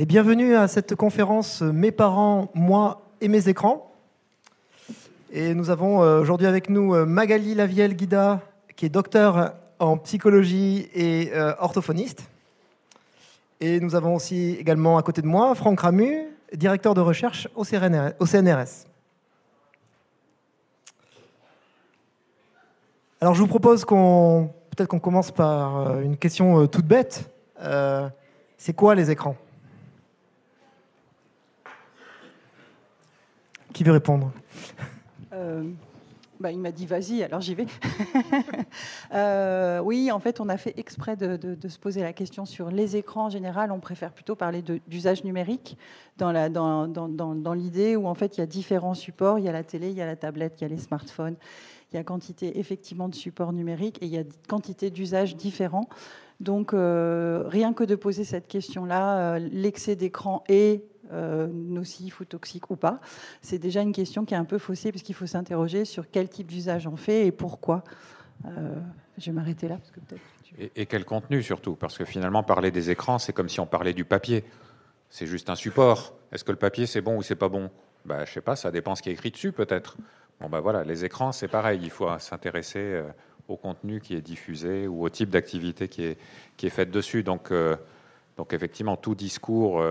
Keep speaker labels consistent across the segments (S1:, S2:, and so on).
S1: Allez, bienvenue à cette conférence Mes parents, moi et mes écrans. Et nous avons aujourd'hui avec nous Magali Lavielle-Guida, qui est docteur en psychologie et orthophoniste. Et nous avons aussi également à côté de moi Franck Ramu, directeur de recherche au CNRS. Alors je vous propose peut-être qu'on commence par une question toute bête. C'est quoi les écrans ? Qui veut répondre ?
S2: Il m'a dit vas-y, alors j'y vais. Oui, en fait, on a fait exprès de se poser la question sur les écrans en général. On préfère plutôt parler d'usage numérique dans l'idée où en fait il y a différents supports. Il y a la télé, il y a la tablette, il y a les smartphones. Il y a quantité effectivement de supports numériques et il y a quantité d'usages différents. Donc rien que de poser cette question-là, l'excès d'écran est nocif ou toxique ou pas, c'est déjà une question qui est un peu faussée parce qu'il faut s'interroger sur quel type d'usage on fait et pourquoi. Je vais m'arrêter là parce que peut-être.
S3: Et quel contenu surtout, parce que finalement parler des écrans, c'est comme si on parlait du papier. C'est juste un support. Est-ce que le papier c'est bon ou c'est pas bon ? Je sais pas, ça dépend ce qui est écrit dessus peut-être. Voilà, les écrans c'est pareil. Il faut s'intéresser au contenu qui est diffusé ou au type d'activité qui est faite dessus. Donc effectivement, tout discours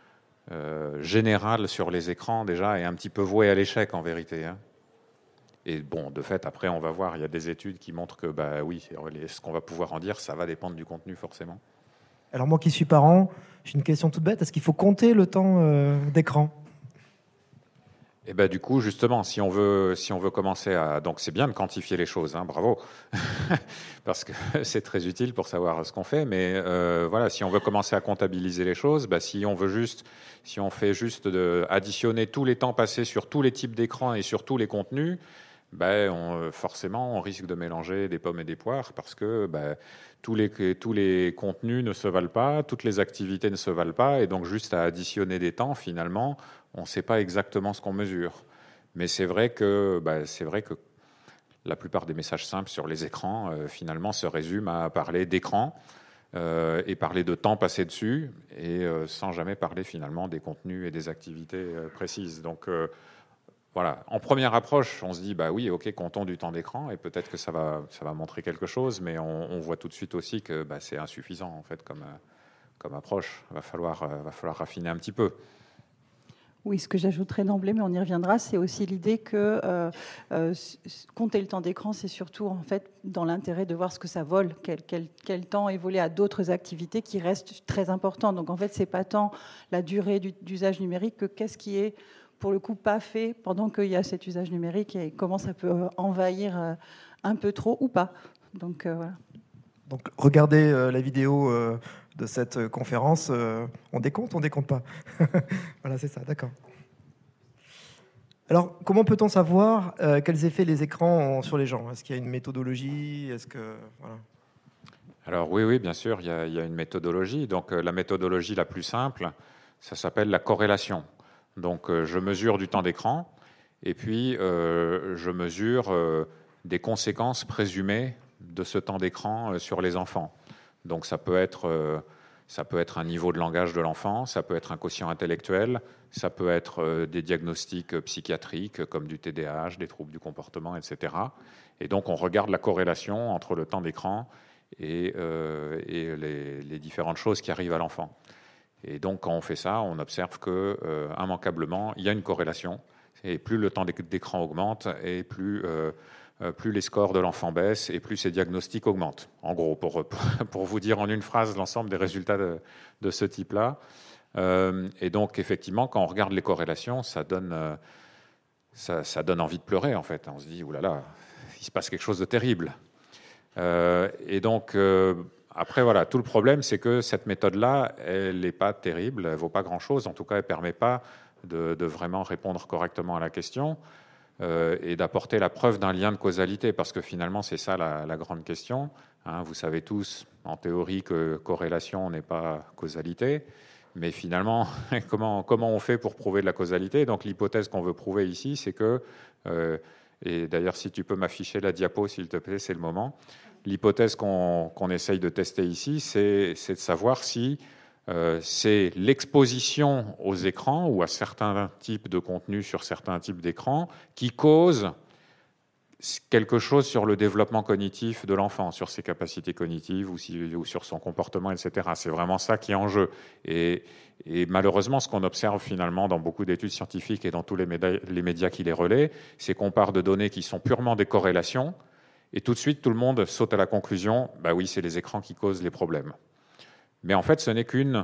S3: général sur les écrans déjà est un petit peu voué à l'échec en vérité. Et de fait, après on va voir, il y a des études qui montrent que oui, ce qu'on va pouvoir en dire, ça va dépendre du contenu forcément.
S1: Alors moi qui suis parent, j'ai une question toute bête, est-ce qu'il faut compter le temps d'écran ?
S3: Et du coup, justement, si on veut commencer à... Donc c'est bien de quantifier les choses, bravo, parce que c'est très utile pour savoir ce qu'on fait, mais voilà, si on veut commencer à comptabiliser les choses, si on fait juste additionner tous les temps passés sur tous les types d'écrans et sur tous les contenus, forcément, on risque de mélanger des pommes et des poires, parce que tous les contenus ne se valent pas, toutes les activités ne se valent pas, et donc juste à additionner des temps, finalement, on ne sait pas exactement ce qu'on mesure. Mais c'est vrai que la plupart des messages simples sur les écrans, finalement, se résument à parler d'écran et parler de temps passé dessus, et sans jamais parler finalement des contenus et des activités précises. Donc voilà, en première approche, on se dit oui, ok, comptons du temps d'écran, et peut-être que ça va montrer quelque chose, mais on voit tout de suite aussi que c'est insuffisant en fait comme approche. Va falloir raffiner un petit peu.
S2: Oui, ce que j'ajouterais d'emblée, mais on y reviendra, c'est aussi l'idée que compter le temps d'écran, c'est surtout en fait dans l'intérêt de voir ce que ça vole, quel temps est volé à d'autres activités qui restent très importantes. Donc en fait, c'est pas tant la durée d'usage numérique que qu'est-ce qui est pour le coup pas fait pendant qu'il y a cet usage numérique et comment ça peut envahir un peu trop ou pas. Donc voilà.
S1: Donc regardez la vidéo de cette conférence, on décompte pas. Voilà, c'est ça, d'accord. Alors, comment peut-on savoir quels effets les écrans ont sur les gens ? Est-ce qu'il y a une méthodologie ? Voilà.
S3: Alors oui, bien sûr, il y a une méthodologie. Donc la méthodologie la plus simple, ça s'appelle la corrélation. Donc je mesure du temps d'écran et puis je mesure des conséquences présumées de ce temps d'écran sur les enfants. Donc ça peut être un niveau de langage de l'enfant, ça peut être un quotient intellectuel, ça peut être des diagnostics psychiatriques comme du TDAH, des troubles du comportement, etc. Et donc on regarde la corrélation entre le temps d'écran et les différentes choses qui arrivent à l'enfant. Et donc quand on fait ça, on observe que immanquablement, il y a une corrélation. Et plus le temps d'écran augmente, et plus les scores de l'enfant baissent, et plus ses diagnostics augmentent. En gros, pour vous dire en une phrase l'ensemble des résultats de ce type-là. Et donc, effectivement, quand on regarde les corrélations, ça donne envie de pleurer, en fait. On se dit, oulala, il se passe quelque chose de terrible. Et donc, après, voilà, tout le problème, c'est que cette méthode-là, elle n'est pas terrible, elle ne vaut pas grand-chose. En tout cas, elle ne permet pas de vraiment répondre correctement à la question et d'apporter la preuve d'un lien de causalité, parce que finalement, c'est ça la grande question. Vous savez tous, en théorie, que corrélation n'est pas causalité, mais finalement, comment on fait pour prouver de la causalité ? Donc l'hypothèse qu'on veut prouver ici, c'est que, et d'ailleurs, si tu peux m'afficher la diapo, s'il te plaît, c'est le moment. L'hypothèse qu'on essaye de tester ici, c'est de savoir si c'est l'exposition aux écrans ou à certains types de contenus sur certains types d'écrans qui cause quelque chose sur le développement cognitif de l'enfant, sur ses capacités cognitives ou sur son comportement, etc. C'est vraiment ça qui est en jeu. Et malheureusement, ce qu'on observe finalement dans beaucoup d'études scientifiques et dans tous les médias qui les relaient, c'est qu'on part de données qui sont purement des corrélations, et tout de suite, tout le monde saute à la conclusion, bah oui, c'est les écrans qui causent les problèmes. Mais en fait, ce n'est qu'une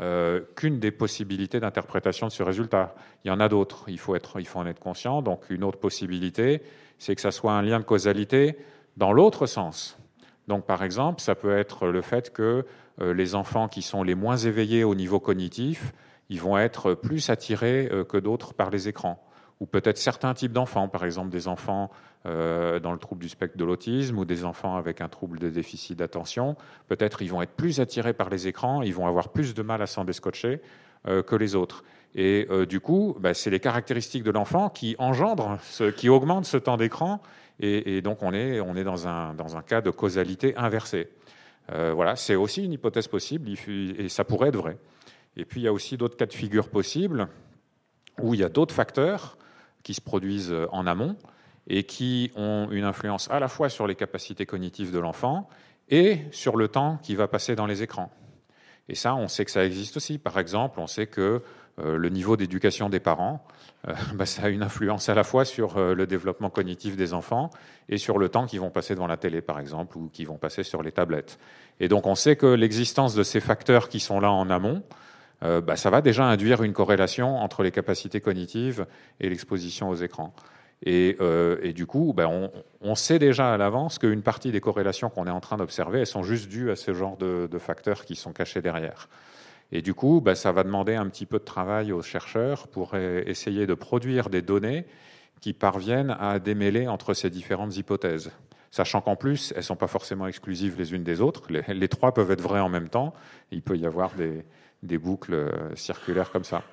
S3: des possibilités d'interprétation de ce résultat. Il y en a d'autres, il faut en être conscient. Donc une autre possibilité, c'est que ça soit un lien de causalité dans l'autre sens. Donc par exemple, ça peut être le fait que les enfants qui sont les moins éveillés au niveau cognitif, ils vont être plus attirés que d'autres par les écrans. Ou peut-être certains types d'enfants, par exemple des enfants dans le trouble du spectre de l'autisme ou des enfants avec un trouble de déficit d'attention, peut-être ils vont être plus attirés par les écrans, ils vont avoir plus de mal à s'en déscotcher que les autres. Et du coup, c'est les caractéristiques de l'enfant qui engendrent, qui augmentent ce temps d'écran, et donc on est dans un cas de causalité inversée. Voilà, c'est aussi une hypothèse possible, et ça pourrait être vrai. Et puis il y a aussi d'autres cas de figure possibles, où il y a d'autres facteurs qui se produisent en amont et qui ont une influence à la fois sur les capacités cognitives de l'enfant et sur le temps qu'il va passer dans les écrans. Et ça, on sait que ça existe aussi. Par exemple, on sait que le niveau d'éducation des parents, ça a une influence à la fois sur le développement cognitif des enfants et sur le temps qu'ils vont passer devant la télé, par exemple, ou qu'ils vont passer sur les tablettes. Et donc, on sait que l'existence de ces facteurs qui sont là en amont, ça va déjà induire une corrélation entre les capacités cognitives et l'exposition aux écrans. Et du coup, on sait déjà à l'avance qu'une partie des corrélations qu'on est en train d'observer, elles sont juste dues à ce genre de facteurs qui sont cachés derrière. Et du coup, ça va demander un petit peu de travail aux chercheurs pour essayer de produire des données qui parviennent à démêler entre ces différentes hypothèses. Sachant qu'en plus, elles ne sont pas forcément exclusives les unes des autres. Les trois peuvent être vraies en même temps. Il peut y avoir des boucles circulaires comme ça.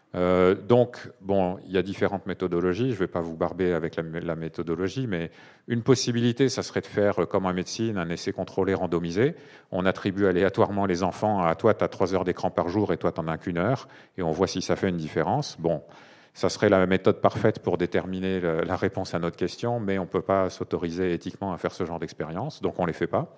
S3: Donc, il y a différentes méthodologies. Je ne vais pas vous barber avec la méthodologie, mais une possibilité, ça serait de faire, comme en médecine, un essai contrôlé randomisé. On attribue aléatoirement les enfants à toi, tu as 3 heures d'écran par jour et toi, tu n'en as qu'1 heure, et on voit si ça fait une différence. Ça serait la méthode parfaite pour déterminer la réponse à notre question, mais on ne peut pas s'autoriser éthiquement à faire ce genre d'expérience, donc on ne les fait pas.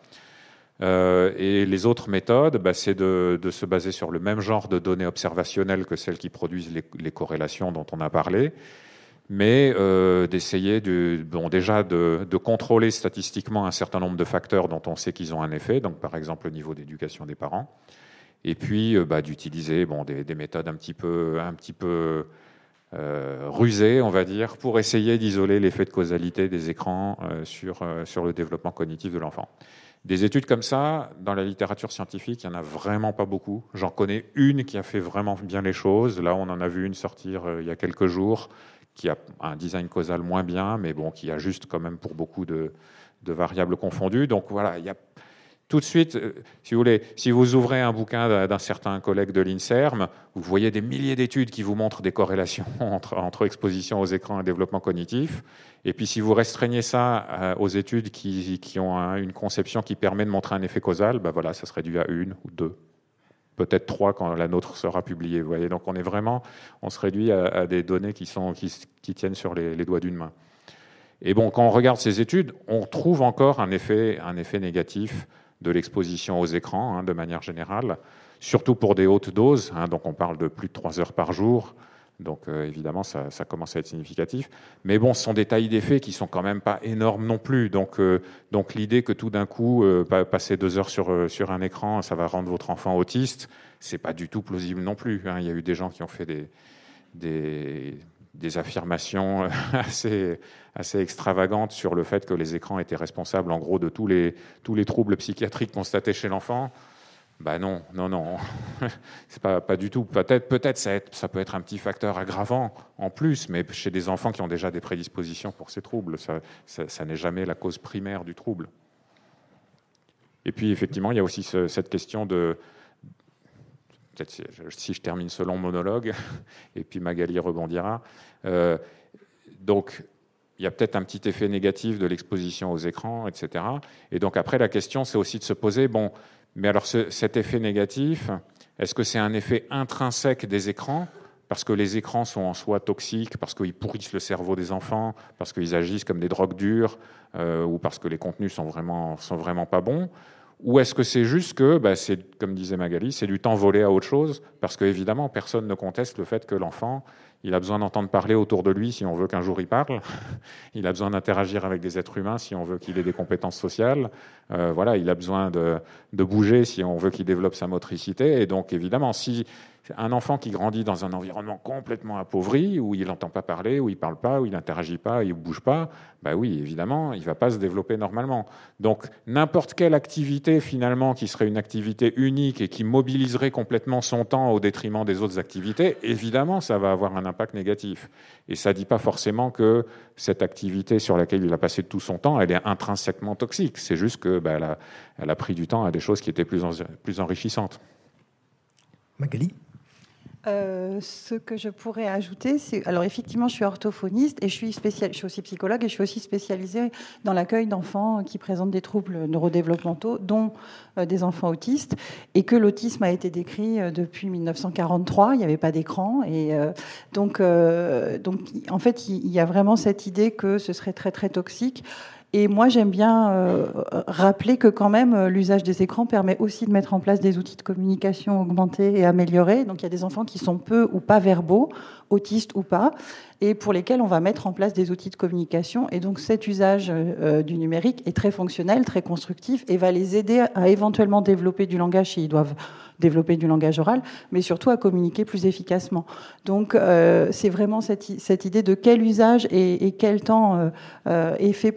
S3: Et les autres méthodes, c'est de se baser sur le même genre de données observationnelles que celles qui produisent les corrélations dont on a parlé, mais d'essayer déjà de contrôler statistiquement un certain nombre de facteurs dont on sait qu'ils ont un effet, donc par exemple le niveau d'éducation des parents, et puis d'utiliser des méthodes un petit peu rusées, on va dire, pour essayer d'isoler l'effet de causalité des écrans sur le développement cognitif de l'enfant. Des études comme ça, dans la littérature scientifique, il n'y en a vraiment pas beaucoup. J'en connais une qui a fait vraiment bien les choses. Là, on en a vu une sortir il y a quelques jours, qui a un design causal moins bien, mais qui ajuste quand même pour beaucoup de variables confondues. Donc voilà, il y a tout de suite, si vous voulez, si vous ouvrez un bouquin d'un certain collègue de l'INSERM, vous voyez des milliers d'études qui vous montrent des corrélations entre exposition aux écrans et développement cognitif. Et puis si vous restreignez ça aux études qui ont une conception qui permet de montrer un effet causal, ça serait dû à 1 ou 2, peut-être 3 quand la nôtre sera publiée. Vous voyez, donc on se réduit à des données qui tiennent sur les doigts d'une main. Et quand on regarde ces études, on trouve encore un effet négatif de l'exposition aux écrans, de manière générale, surtout pour des hautes doses, donc on parle de plus de 3 heures par jour, donc évidemment ça commence à être significatif, mais ce sont des tailles d'effets qui sont quand même pas énormes non plus, donc l'idée que tout d'un coup, passer 2 heures sur un écran, ça va rendre votre enfant autiste, c'est pas du tout plausible non plus, il y a eu des gens qui ont fait des affirmations assez extravagantes sur le fait que les écrans étaient responsables en gros de tous les troubles psychiatriques constatés chez l'enfant. Non, c'est pas du tout. Peut-être ça peut être un petit facteur aggravant en plus, mais chez des enfants qui ont déjà des prédispositions pour ces troubles, ça n'est jamais la cause primaire du trouble. Et puis effectivement, il y a aussi cette question de... Peut-être si je termine ce long monologue, et puis Magali rebondira. Donc, il y a peut-être un petit effet négatif de l'exposition aux écrans, etc. Et donc après, la question, c'est aussi de se poser, mais alors cet effet négatif, Est-ce que c'est un effet intrinsèque des écrans ? Parce que les écrans sont en soi toxiques, parce qu'ils pourrissent le cerveau des enfants, parce qu'ils agissent comme des drogues dures, ou parce que les contenus sont vraiment pas bons. Ou est-ce que c'est juste que, c'est, comme disait Magali, c'est du temps volé à autre chose? Parce qu'évidemment, personne ne conteste le fait que l'enfant, il a besoin d'entendre parler autour de lui si on veut qu'un jour il parle. Il a besoin d'interagir avec des êtres humains si on veut qu'il ait des compétences sociales. Voilà, il a besoin de bouger si on veut qu'il développe sa motricité. Et donc, évidemment, si un enfant qui grandit dans un environnement complètement appauvri, où il n'entend pas parler, où il ne parle pas, où il n'interagit pas, où il ne bouge pas, oui, évidemment, il ne va pas se développer normalement. Donc, n'importe quelle activité, finalement, qui serait une activité unique et qui mobiliserait complètement son temps au détriment des autres activités, évidemment, ça va avoir un impact négatif. Et ça ne dit pas forcément que cette activité sur laquelle il a passé tout son temps, elle est intrinsèquement toxique. C'est juste qu'elle a pris du temps à des choses qui étaient plus enrichissantes.
S1: Magali ?
S2: Ce que je pourrais ajouter, c'est... Alors effectivement, je suis orthophoniste et je suis aussi psychologue et je suis aussi spécialisée dans l'accueil d'enfants qui présentent des troubles neurodéveloppementaux, dont des enfants autistes, et que l'autisme a été décrit depuis 1943. Il n'y avait pas d'écran. Et donc, en fait, il y a vraiment cette idée que ce serait très, très toxique. Et moi, j'aime bien rappeler que quand même, l'usage des écrans permet aussi de mettre en place des outils de communication augmentés et améliorés. Donc, il y a des enfants qui sont peu ou pas verbaux, autistes ou pas, et pour lesquels on va mettre en place des outils de communication. Et donc, cet usage du numérique est très fonctionnel, très constructif, et va les aider à éventuellement développer du langage s'ils doivent développer du langage oral, mais surtout à communiquer plus efficacement. Donc, c'est vraiment cette idée de quel usage et quel temps est fait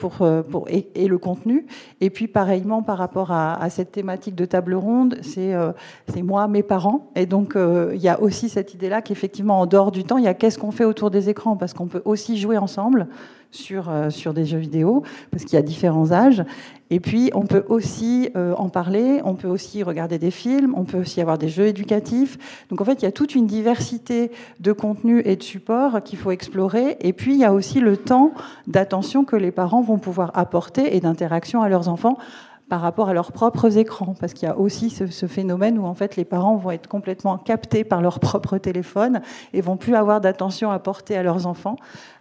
S2: et le contenu. Et puis, pareillement, par rapport à cette thématique de table ronde, c'est moi, mes parents. Et donc, il y a aussi cette idée-là qu'effectivement, en dehors du temps, il y a qu'est-ce qu'on fait autour des écrans, parce qu'on peut aussi jouer ensemble sur des jeux vidéo, parce qu'il y a différents âges. Et puis, on peut aussi en parler, on peut aussi regarder des films, on peut aussi avoir des jeux éducatifs. Donc, en fait, il y a toute une diversité de contenus et de supports qu'il faut explorer. Et puis, il y a aussi le temps d'attention que les parents vont pouvoir apporter et d'interaction à leurs enfants par rapport à leurs propres écrans, parce qu'il y a aussi ce phénomène où en fait les parents vont être complètement captés par leur propre téléphone et vont plus avoir d'attention à porter à leurs enfants,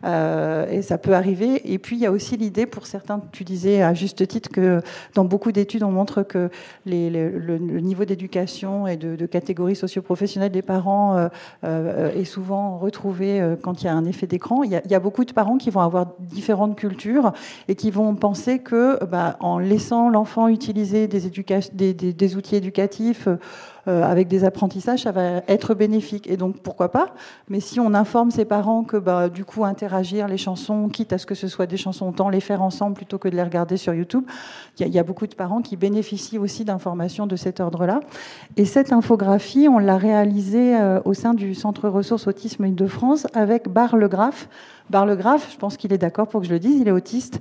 S2: et ça peut arriver. Et puis il y a aussi l'idée, pour certains, tu disais à juste titre que dans beaucoup d'études on montre que le niveau d'éducation et de catégorie socio-professionnelle des parents est souvent retrouvé quand il y a un effet d'écran. Il y a beaucoup de parents qui vont avoir différentes cultures et qui vont penser que en laissant l'enfant utiliser des outils éducatifs avec des apprentissages, ça va être bénéfique. Et donc, pourquoi pas? Mais si on informe ses parents que, du coup, interagir les chansons, quitte à ce que ce soit des chansons, autant les faire ensemble plutôt que de les regarder sur YouTube, il y a beaucoup de parents qui bénéficient aussi d'informations de cet ordre-là. Et cette infographie, on l'a réalisée au sein du Centre Ressources Autisme Île-de-France avec Bar Le Graff. Bar Le Graff, je pense qu'il est d'accord pour que je le dise, il est autiste.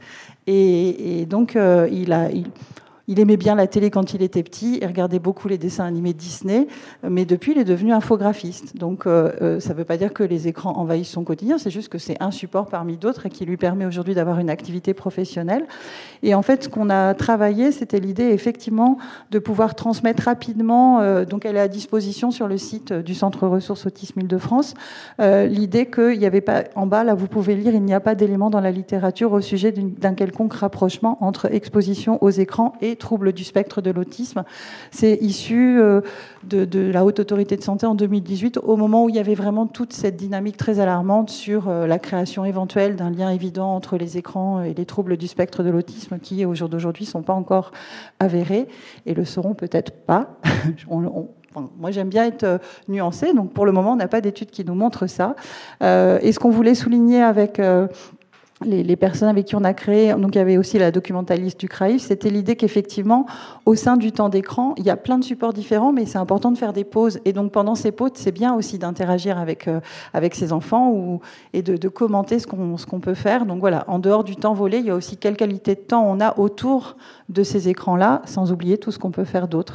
S2: Et donc, il aimait bien la télé quand il était petit, il regardait beaucoup les dessins animés Disney, mais depuis, il est devenu infographiste. Donc, ça ne veut pas dire que les écrans envahissent son quotidien, c'est juste que c'est un support parmi d'autres et qui lui permet aujourd'hui d'avoir une activité professionnelle. Et en fait, ce qu'on a travaillé, c'était l'idée, effectivement, de pouvoir transmettre rapidement, donc elle est à disposition sur le site du Centre Ressources Autisme Île-de-France, l'idée qu'il n'y avait pas, en bas, là, vous pouvez lire, il n'y a pas d'éléments dans la littérature au sujet d'un quelconque rapprochement entre exposition aux écrans et troubles du spectre de l'autisme. C'est issu de la Haute Autorité de Santé en 2018, au moment où il y avait vraiment toute cette dynamique très alarmante sur la création éventuelle d'un lien évident entre les écrans et les troubles du spectre de l'autisme qui, au jour d'aujourd'hui, ne sont pas encore avérés et le seront peut-être pas. Moi, j'aime bien être nuancée, donc pour le moment, on n'a pas d'études qui nous montrent ça. Et ce qu'on voulait souligner avec les personnes avec qui on a créé, donc il y avait aussi la documentaliste du CRAIF, c'était l'idée qu'effectivement, au sein du temps d'écran, il y a plein de supports différents, mais c'est important de faire des pauses. Et donc pendant ces pauses, c'est bien aussi d'interagir avec ses enfants et de commenter ce qu'on peut faire. Donc voilà, en dehors du temps volé, il y a aussi quelle qualité de temps on a autour de ces écrans-là, sans oublier tout ce qu'on peut faire d'autre.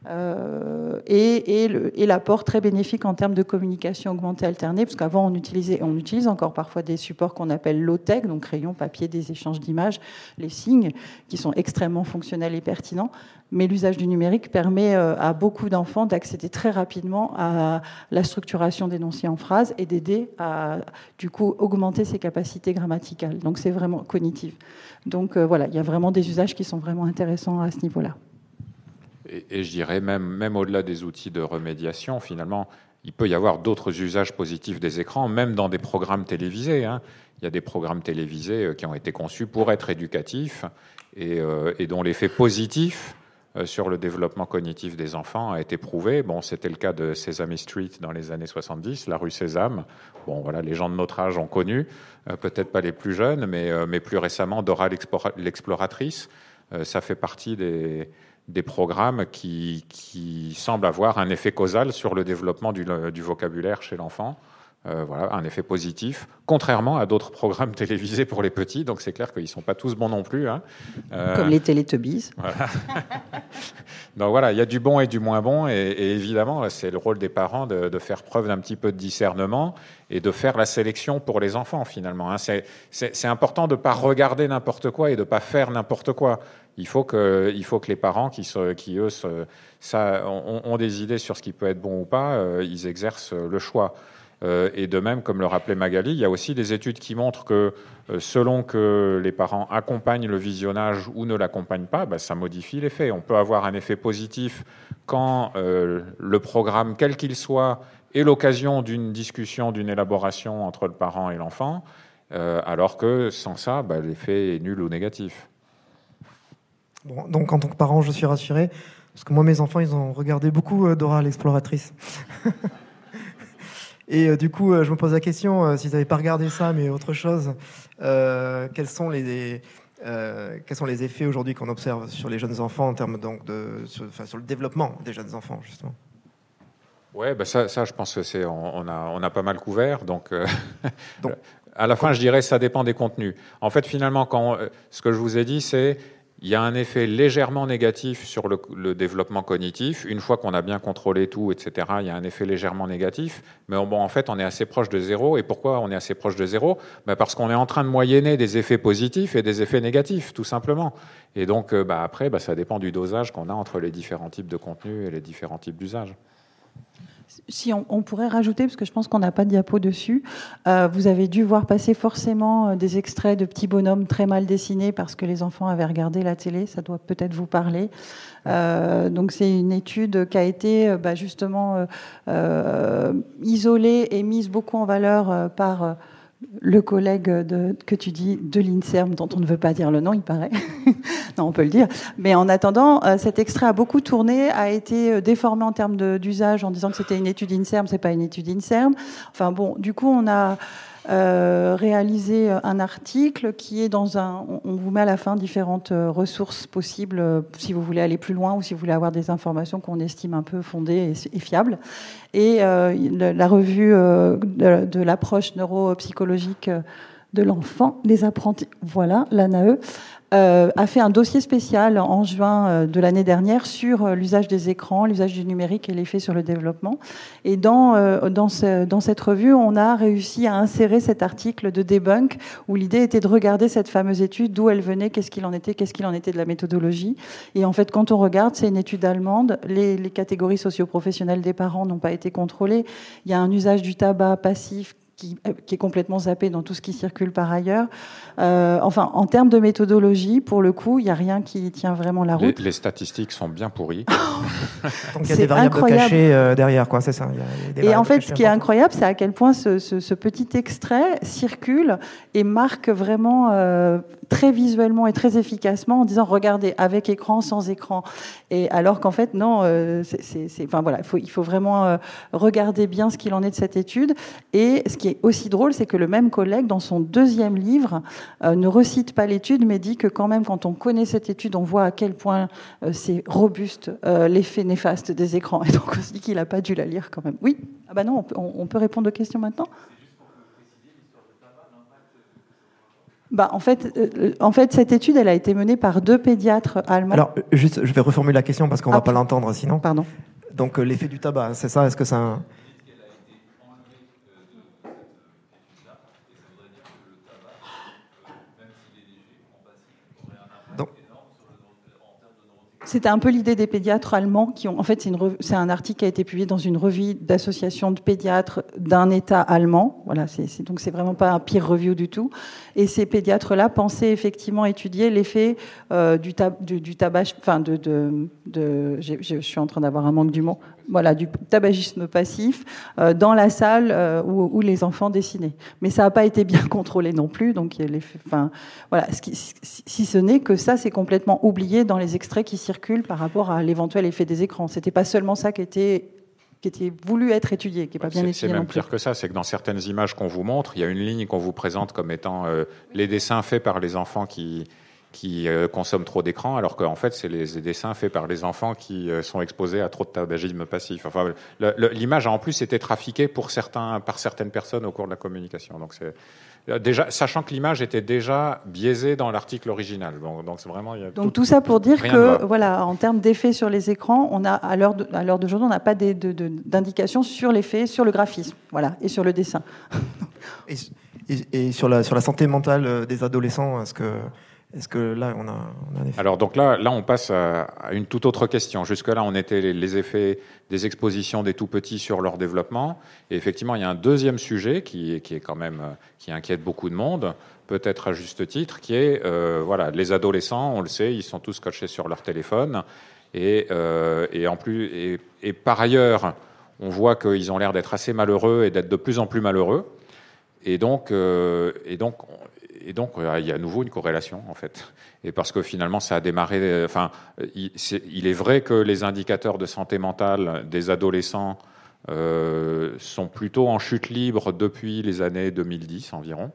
S2: et l'apport très bénéfique en termes de communication augmentée alternée, parce qu'avant on utilise encore parfois des supports qu'on appelle low-tech, donc crayon, papier, des échanges d'images, les signes, qui sont extrêmement fonctionnels et pertinents, mais l'usage du numérique permet à beaucoup d'enfants d'accéder très rapidement à la structuration d'énoncés en phrases et d'aider à, du coup, augmenter ses capacités grammaticales. Donc c'est vraiment cognitif. Donc voilà, il y a vraiment des usages qui sont vraiment intéressants à ce niveau-là.
S3: Et je dirais même au-delà des outils de remédiation, finalement, il peut y avoir d'autres usages positifs des écrans, même dans des programmes télévisés. Hein. Il y a des programmes télévisés qui ont été conçus pour être éducatifs et dont l'effet positif sur le développement cognitif des enfants a été prouvé. Bon, c'était le cas de Sesame Street dans les années 70, la rue Sésame. Bon, voilà, les gens de notre âge ont connu, peut-être pas les plus jeunes, mais plus récemment, Dora l'exploratrice. Ça fait partie des programmes qui semblent avoir un effet causal sur le développement du vocabulaire chez l'enfant. Voilà, un effet positif, contrairement à d'autres programmes télévisés pour les petits. Donc c'est clair qu'ils ne sont pas tous bons non plus. Hein.
S2: Comme les Teletubbies.
S3: Voilà. Donc voilà, il y a du bon et du moins bon. Et évidemment, c'est le rôle des parents de faire preuve d'un petit peu de discernement et de faire la sélection pour les enfants, finalement. Hein. C'est important de ne pas regarder n'importe quoi et de ne pas faire n'importe quoi. Il faut que les parents qui eux, ont des idées sur ce qui peut être bon ou pas, ils exercent le choix. Et de même, comme le rappelait Magali, il y a aussi des études qui montrent que selon que les parents accompagnent le visionnage ou ne l'accompagnent pas, ça modifie l'effet. On peut avoir un effet positif quand le programme, quel qu'il soit, est l'occasion d'une discussion, d'une élaboration entre le parent et l'enfant, alors que sans ça, l'effet est nul ou négatif.
S1: Bon, donc en tant que parent, je suis rassuré, parce que moi, mes enfants, ils ont regardé beaucoup Dora l'exploratrice. Et du coup, je me pose la question, s'ils n'avaient pas regardé ça, mais autre chose, quels sont les effets aujourd'hui qu'on observe sur les jeunes enfants en termes donc sur le développement des jeunes enfants, justement?
S3: Ouais, ça, je pense que on a pas mal couvert. Donc à la fin, je dirais, ça dépend des contenus. En fait, finalement, ce que je vous ai dit, c'est il y a un effet légèrement négatif sur le développement cognitif. Une fois qu'on a bien contrôlé tout, etc., il y a un effet légèrement négatif. Mais en fait, on est assez proche de zéro. Et pourquoi on est assez proche de zéro ? Parce qu'on est en train de moyenner des effets positifs et des effets négatifs, tout simplement. Et donc, après, ça dépend du dosage qu'on a entre les différents types de contenus et les différents types d'usages.
S2: Si on pourrait rajouter, parce que je pense qu'on n'a pas de diapo dessus, vous avez dû voir passer forcément des extraits de petits bonhommes très mal dessinés parce que les enfants avaient regardé la télé, ça doit peut-être vous parler. Donc c'est une étude qui a été justement isolée et mise beaucoup en valeur par le collègue que tu dis de l'INSERM, dont on ne veut pas dire le nom, il paraît. Non, on peut le dire. Mais en attendant, cet extrait a beaucoup tourné, a été déformé en termes d'usage en disant que c'était une étude INSERM, c'est pas une étude INSERM. Enfin bon, du coup, on a réalisé un article qui est on vous met à la fin différentes ressources possibles si vous voulez aller plus loin ou si vous voulez avoir des informations qu'on estime un peu fondées et fiables. Et la revue de l'approche neuropsychologique de l'enfant, des apprentis, voilà, l'ANAE, a fait un dossier spécial en juin de l'année dernière sur l'usage des écrans, l'usage du numérique et l'effet sur le développement. Et dans cette revue, on a réussi à insérer cet article de debunk où l'idée était de regarder cette fameuse étude, d'où elle venait, qu'est-ce qu'il en était de la méthodologie. Et en fait, quand on regarde, c'est une étude allemande. Les catégories socio-professionnelles des parents n'ont pas été contrôlées. Il y a un usage du tabac passif qui est complètement zappé dans tout ce qui circule par ailleurs. Enfin, en termes de méthodologie, pour le coup, il n'y a rien qui tient vraiment la route.
S3: Les statistiques sont bien pourries.
S1: Donc il y a des variables cachées derrière, quoi, c'est ça.
S2: Et en fait, ce qui est incroyable, c'est à quel point ce petit extrait circule et marque vraiment très visuellement et très efficacement en disant regardez, avec écran, sans écran. Et alors qu'en fait, non, enfin voilà, il faut vraiment regarder bien ce qu'il en est de cette étude. Et ce qui est aussi drôle, c'est que le même collègue, dans son deuxième livre, ne recite pas l'étude, mais dit que quand même, quand on connaît cette étude, on voit à quel point c'est robuste l'effet néfaste des écrans. Et donc on se dit qu'il n'a pas dû la lire quand même. Oui ? Ah bah non, on peut répondre aux questions maintenant ? En fait, cette étude, elle a été menée par 2 pédiatres allemands.
S1: Alors, juste, je vais reformuler la question parce qu'on ne va pas l'entendre sinon.
S2: Pardon.
S1: Donc, l'effet du tabac, c'est ça? Est-ce que ça...
S2: C'était un peu l'idée des pédiatres allemands qui ont. En fait, c'est un article qui a été publié dans une revue d'association de pédiatres d'un État allemand. Voilà, donc c'est vraiment pas un peer review du tout. Et ces pédiatres-là pensaient effectivement étudier l'effet du tabac. Enfin, je suis en train d'avoir un manque du mot. Voilà, du tabagisme passif dans la salle où les enfants dessinaient. Mais ça n'a pas été bien contrôlé non plus. Donc, voilà, si ce n'est que ça, c'est complètement oublié dans les extraits qui circulent par rapport à l'éventuel effet des écrans. C'était pas seulement ça qui était voulu être étudié, qui n'est pas bien étudié.
S3: C'est même
S2: non plus.
S3: pire que ça, c'est que dans certaines images qu'on vous montre, il y a une ligne qu'on vous présente comme étant les dessins faits par les enfants qui consomment trop d'écran, alors qu'en fait, c'est les dessins faits par les enfants qui sont exposés à trop de tabagisme passif. Enfin, l'image a en plus été trafiquée par certaines personnes au cours de la communication. Donc, déjà, sachant que l'image était déjà biaisée dans l'article original. Donc c'est vraiment.
S2: Donc tout ça pour dire que, voilà, en termes d'effets sur les écrans, on a à l'heure d'aujourd'hui, on n'a pas d'indication sur l'effet, sur le graphisme, voilà, et sur le dessin.
S1: Et sur la santé mentale des adolescents, est-ce que là, on a un effet?
S3: Alors, donc là, on passe à une toute autre question. Jusque-là, on était les effets des expositions des tout-petits sur leur développement. Et effectivement, il y a un deuxième sujet qui inquiète beaucoup de monde, peut-être à juste titre, qui est, les adolescents, on le sait, ils sont tous scotchés sur leur téléphone. Et par ailleurs, on voit qu'ils ont l'air d'être assez malheureux et d'être de plus en plus malheureux. Et donc, il y a à nouveau une corrélation, en fait. Et parce que finalement, ça a démarré. Enfin, il est vrai que les indicateurs de santé mentale des adolescents sont plutôt en chute libre depuis les années 2010 environ.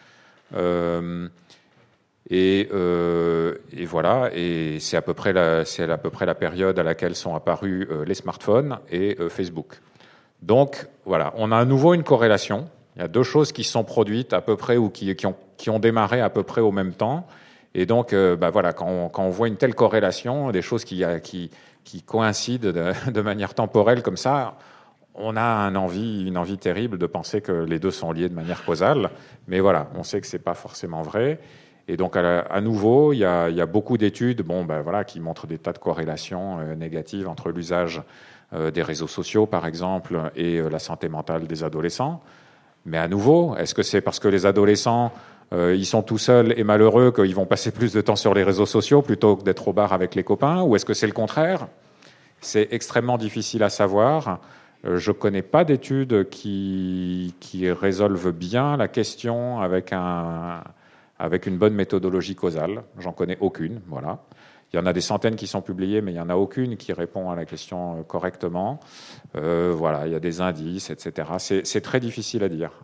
S3: Et voilà. Et c'est à peu près la période à laquelle sont apparus les smartphones et Facebook. Donc, voilà, on a à nouveau une corrélation. Il y a 2 choses qui se sont produites à peu près ou qui ont démarré à peu près au même temps. Et donc, quand on voit une telle corrélation, des choses qui coïncident de manière temporelle comme ça, on a une envie terrible de penser que les 2 sont liés de manière causale. Mais voilà, on sait que c'est pas forcément vrai. Et donc, à nouveau, il y a beaucoup d'études qui montrent des tas de corrélations négatives entre l'usage des réseaux sociaux, par exemple, et la santé mentale des adolescents. Mais à nouveau, est-ce que c'est parce que les adolescents, ils sont tout seuls et malheureux qu'ils vont passer plus de temps sur les réseaux sociaux plutôt que d'être au bar avec les copains? Ou est-ce que c'est le contraire? C'est extrêmement difficile à savoir. Je ne connais pas d'études qui résolvent bien la question avec une bonne méthodologie causale. J'en connais aucune, voilà. Il y en a des centaines qui sont publiées, mais il n'y en a aucune qui répond à la question correctement. Il y a des indices, etc. C'est très difficile à dire.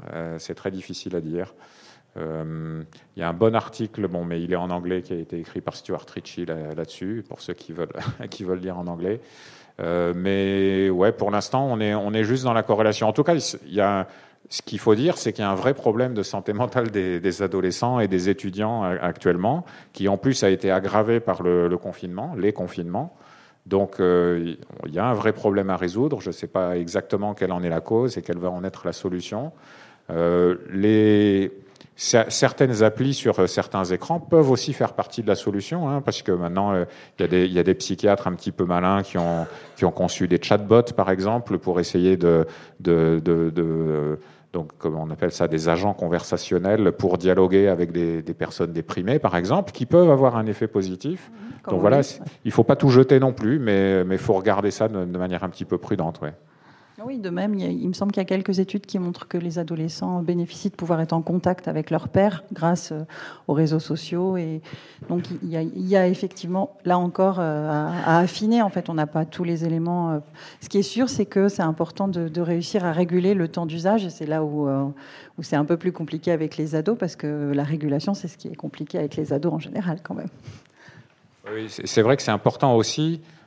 S3: Il y a un bon article, mais il est en anglais, qui a été écrit par Stuart Ritchie là-dessus, pour ceux qui veulent lire en anglais. Mais ouais, pour l'instant, on est juste dans la corrélation. En tout cas, ce qu'il faut dire, c'est qu'il y a un vrai problème de santé mentale des adolescents et des étudiants actuellement, qui en plus a été aggravé par les confinements. Donc, il y a un vrai problème à résoudre. Je ne sais pas exactement quelle en est la cause et quelle va en être la solution. Certaines applis sur certains écrans peuvent aussi faire partie de la solution, parce que maintenant, il y a des psychiatres un petit peu malins qui ont conçu des chatbots, par exemple, pour essayer donc, comme on appelle ça, des agents conversationnels pour dialoguer avec des personnes déprimées, par exemple, qui peuvent avoir un effet positif. Donc voilà, il ne faut pas tout jeter non plus, mais il faut regarder ça de manière un petit peu prudente, ouais.
S2: Oui, de même, il me semble qu'il y a quelques études qui montrent que les adolescents bénéficient de pouvoir être en contact avec leur père grâce aux réseaux sociaux. Et donc, il y a effectivement, là encore, à affiner. En fait, on n'a pas tous les éléments. Ce qui est sûr, c'est que c'est important de réussir à réguler le temps d'usage. Et c'est là où c'est un peu plus compliqué avec les ados, parce que la régulation, c'est ce qui est compliqué avec les ados en général, quand même.
S3: Oui, c'est vrai que c'est important aussi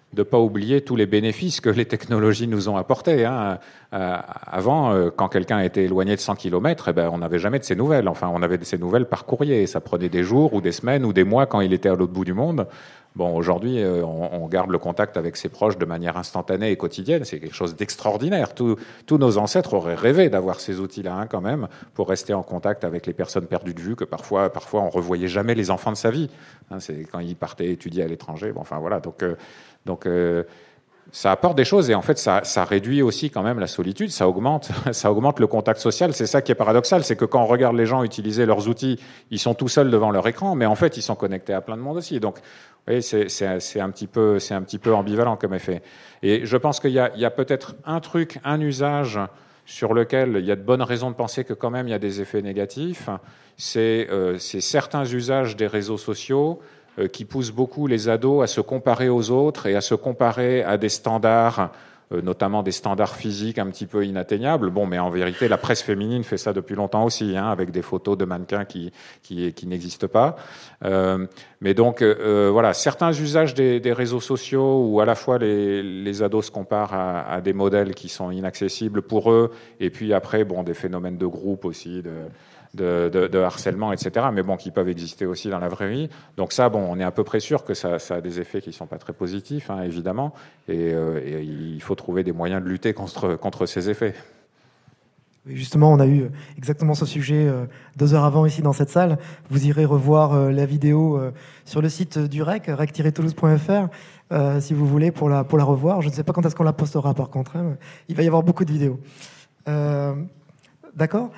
S3: de ne pas oublier tous les bénéfices que les technologies nous ont apportés. Hein. Avant, quand quelqu'un était éloigné de 100 km, on n'avait jamais de ses nouvelles. Enfin, on avait de ses nouvelles par courrier. Ça prenait des jours ou des semaines ou des mois quand il était à l'autre bout du monde. Bon, aujourd'hui, on garde le contact avec ses proches de manière instantanée et quotidienne. C'est quelque chose d'extraordinaire. Tous nos ancêtres auraient rêvé d'avoir ces outils-là, hein, quand même, pour rester en contact avec les personnes perdues de vue, que parfois on revoyait jamais les enfants de sa vie. Hein, c'est quand ils partaient étudier à l'étranger. Bon, enfin voilà. Donc ça apporte des choses et en fait ça réduit aussi quand même la solitude, ça augmente le contact social. C'est ça qui est paradoxal, c'est que quand on regarde les gens utiliser leurs outils, ils sont tout seuls devant leur écran, mais en fait ils sont connectés à plein de monde aussi. Donc vous voyez, c'est un petit peu ambivalent comme effet. Et je pense qu'il y a peut-être un usage sur lequel il y a de bonnes raisons de penser que quand même il y a des effets négatifs. C'est certains usages des réseaux sociaux qui pousse beaucoup les ados à se comparer aux autres et à se comparer à des standards, notamment des standards physiques un petit peu inatteignables. Bon, mais en vérité, la presse féminine fait ça depuis longtemps aussi, hein, avec des photos de mannequins qui n'existent pas. Mais donc, voilà, certains usages des réseaux sociaux où à la fois les ados se comparent à des modèles qui sont inaccessibles pour eux, et puis après, bon, des phénomènes de groupe aussi, de harcèlement, etc., mais bon, qui peuvent exister aussi dans la vraie vie. Donc ça, bon, on est à peu près sûr que ça a des effets qui ne sont pas très positifs, hein, évidemment, et il faut trouver des moyens de lutter contre ces effets.
S1: Oui, justement, on a eu exactement ce sujet 2 heures avant ici dans cette salle. Vous irez revoir la vidéo sur le site du REC, rec-toulouse.fr, si vous voulez, pour la revoir. Je ne sais pas quand est-ce qu'on la postera, par contre, hein. Il va y avoir beaucoup de vidéos. D'accord.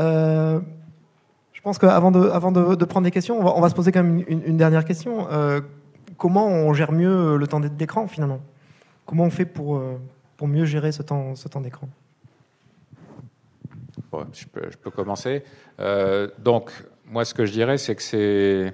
S1: Je pense qu'avant de prendre des questions, on va se poser quand même une dernière question. Comment on gère mieux le temps d'écran, finalement? Comment on fait pour mieux gérer ce temps d'écran?
S3: Bon, je peux commencer. Donc, moi, ce que je dirais, c'est que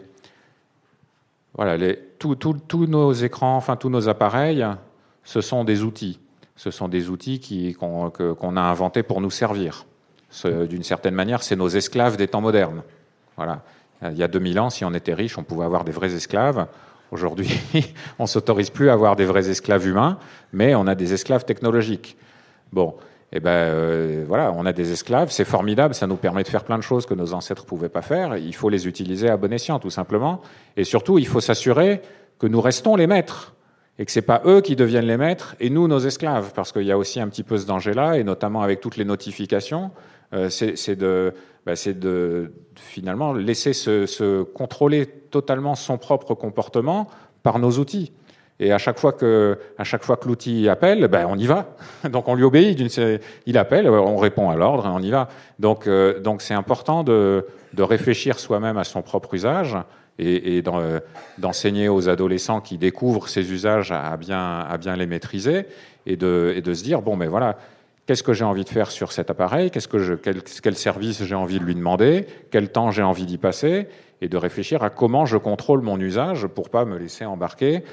S3: voilà, tous nos écrans, enfin tous nos appareils, ce sont des outils. Ce sont des outils qu'on a inventés pour nous servir. D'une certaine manière, c'est nos esclaves des temps modernes. Voilà. Il y a 2000 ans, si on était riche, on pouvait avoir des vrais esclaves. Aujourd'hui, on ne s'autorise plus à avoir des vrais esclaves humains, mais on a des esclaves technologiques. Bon, voilà, on a des esclaves, c'est formidable, ça nous permet de faire plein de choses que nos ancêtres ne pouvaient pas faire. Il faut les utiliser à bon escient, tout simplement. Et surtout, il faut s'assurer que nous restons les maîtres et que ce n'est pas eux qui deviennent les maîtres et nous, nos esclaves, parce qu'il y a aussi un petit peu ce danger-là, et notamment avec toutes les notifications. C'est de finalement laisser se contrôler totalement son propre comportement par nos outils. Et à chaque fois que l'outil appelle, on y va. Donc on lui obéit. Il appelle, on répond à l'ordre et on y va. Donc c'est important de réfléchir soi-même à son propre usage et d'enseigner aux adolescents qui découvrent ces usages à bien les maîtriser et de se dire, bon, mais voilà, qu'est-ce que j'ai envie de faire sur cet appareil? Quel service j'ai envie de lui demander? Quel temps j'ai envie d'y passer? Et de réfléchir à comment je contrôle mon usage pour pas me laisser embarquer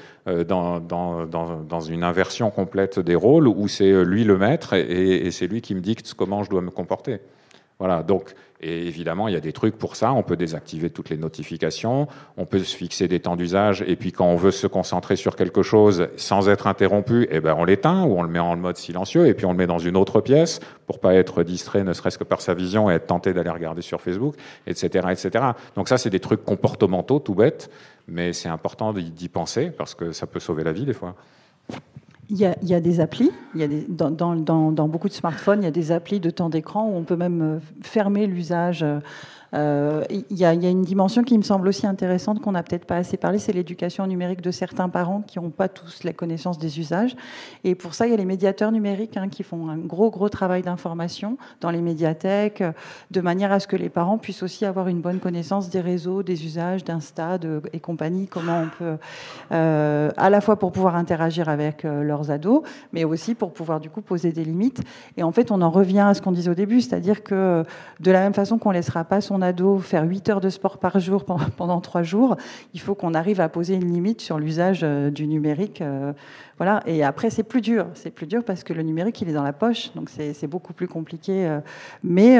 S3: dans une inversion complète des rôles où c'est lui le maître et c'est lui qui me dicte comment je dois me comporter. Voilà, donc, et évidemment, il y a des trucs pour ça. On peut désactiver toutes les notifications, on peut se fixer des temps d'usage, et puis quand on veut se concentrer sur quelque chose sans être interrompu, on l'éteint ou on le met en mode silencieux, et puis on le met dans une autre pièce pour pas être distrait, ne serait-ce que par sa vision, et être tenté d'aller regarder sur Facebook, etc., etc. Donc ça, c'est des trucs comportementaux, tout bêtes, mais c'est important d'y penser, parce que ça peut sauver la vie des fois.
S2: Il y a des applis, dans beaucoup de smartphones, il y a des applis de temps d'écran où on peut même fermer l'usage. Il y a une dimension qui me semble aussi intéressante qu'on n'a peut-être pas assez parlé, c'est l'éducation numérique de certains parents qui n'ont pas tous la connaissance des usages. Et pour ça, il y a les médiateurs numériques qui font un gros travail d'information dans les médiathèques, de manière à ce que les parents puissent aussi avoir une bonne connaissance des réseaux, des usages, d'Insta et compagnie, comment on peut, à la fois pour pouvoir interagir avec leurs ados, mais aussi pour pouvoir du coup poser des limites. Et en fait, on en revient à ce qu'on disait au début, c'est-à-dire que de la même façon qu'on ne laissera pas son ado faire 8 heures de sport par jour pendant 3 jours, il faut qu'on arrive à poser une limite sur l'usage du numérique. Voilà. Et après, c'est plus dur. C'est plus dur parce que le numérique, il est dans la poche, donc c'est beaucoup plus compliqué. Mais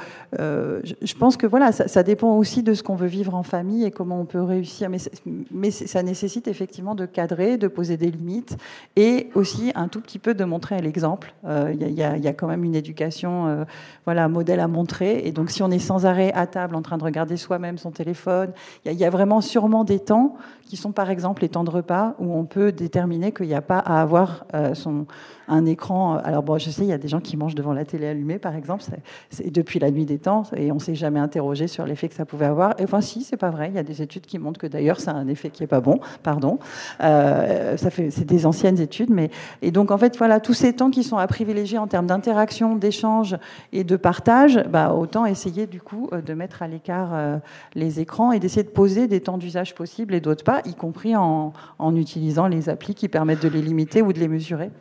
S2: je pense que voilà, ça dépend aussi de ce qu'on veut vivre en famille et comment on peut réussir. Mais ça nécessite effectivement de cadrer, de poser des limites et aussi un tout petit peu de montrer l'exemple. Il y a quand même une éducation, voilà, un modèle à montrer. Et donc, si on est sans arrêt à table en train de regarder soi-même son téléphone, il y a vraiment sûrement des temps qui sont par exemple les temps de repas où on peut déterminer qu'il n'y a pas à avoir un écran. Alors bon, je sais, il y a des gens qui mangent devant la télé allumée, par exemple, c'est depuis la nuit des temps, et on ne s'est jamais interrogé sur l'effet que ça pouvait avoir. Et, enfin, si, c'est pas vrai. Il y a des études qui montrent que d'ailleurs, ça a un effet qui est pas bon. Pardon. C'est des anciennes études, mais et donc en fait, voilà, tous ces temps qui sont à privilégier en termes d'interaction, d'échange et de partage, bah, autant essayer du coup de mettre à l'écart les écrans et d'essayer de poser des temps d'usage possibles et d'autres pas, y compris en utilisant les applis qui permettent de les limiter ou de les mesurer.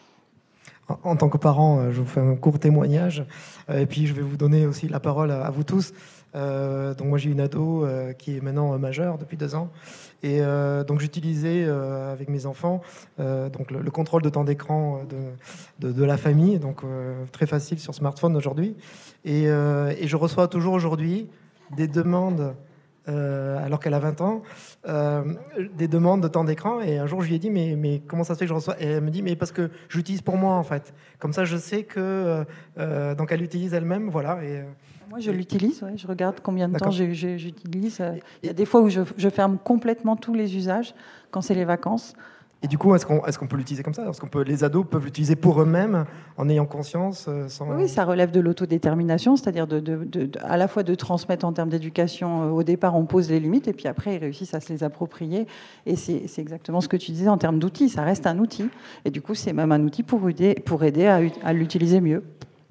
S1: En tant que parent, je vous fais un court témoignage, et puis je vais vous donner aussi la parole à vous tous. Donc moi j'ai une ado qui est maintenant majeure depuis 2 ans, et donc j'utilisais avec mes enfants donc le contrôle de temps d'écran de la famille, donc très facile sur smartphone aujourd'hui, et je reçois toujours aujourd'hui des demandes. Alors qu'elle a 20 ans, des demandes de temps d'écran. Et un jour, je lui ai dit, mais comment ça se fait que je reçois? Et elle me dit, mais parce que j'utilise pour moi, en fait. Comme ça, je sais que... donc, elle l'utilise elle-même, voilà.
S2: Moi, je l'utilise, ouais. Je regarde combien de temps j'utilise. Il y a des fois où je ferme complètement tous les usages, quand c'est les vacances.
S1: Et du coup, est-ce qu'on peut l'utiliser comme ça? Les ados peuvent l'utiliser pour eux-mêmes, en ayant conscience sans...
S2: Oui, ça relève de l'autodétermination, c'est-à-dire à la fois de transmettre en termes d'éducation. Au départ, on pose les limites, et puis après, ils réussissent à se les approprier. Et c'est exactement ce que tu disais en termes d'outils. Ça reste un outil. Et du coup, c'est même un outil pour aider à l'utiliser mieux.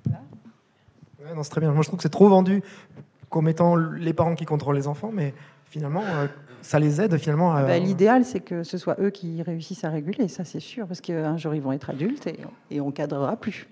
S1: Ouais, non, c'est très bien. Moi, je trouve que c'est trop vendu comme étant les parents qui contrôlent les enfants, mais finalement... ça les aide finalement à...
S2: L'idéal, c'est que ce soit eux qui réussissent à réguler, ça c'est sûr, parce qu'un jour ils vont être adultes et on ne cadrera plus.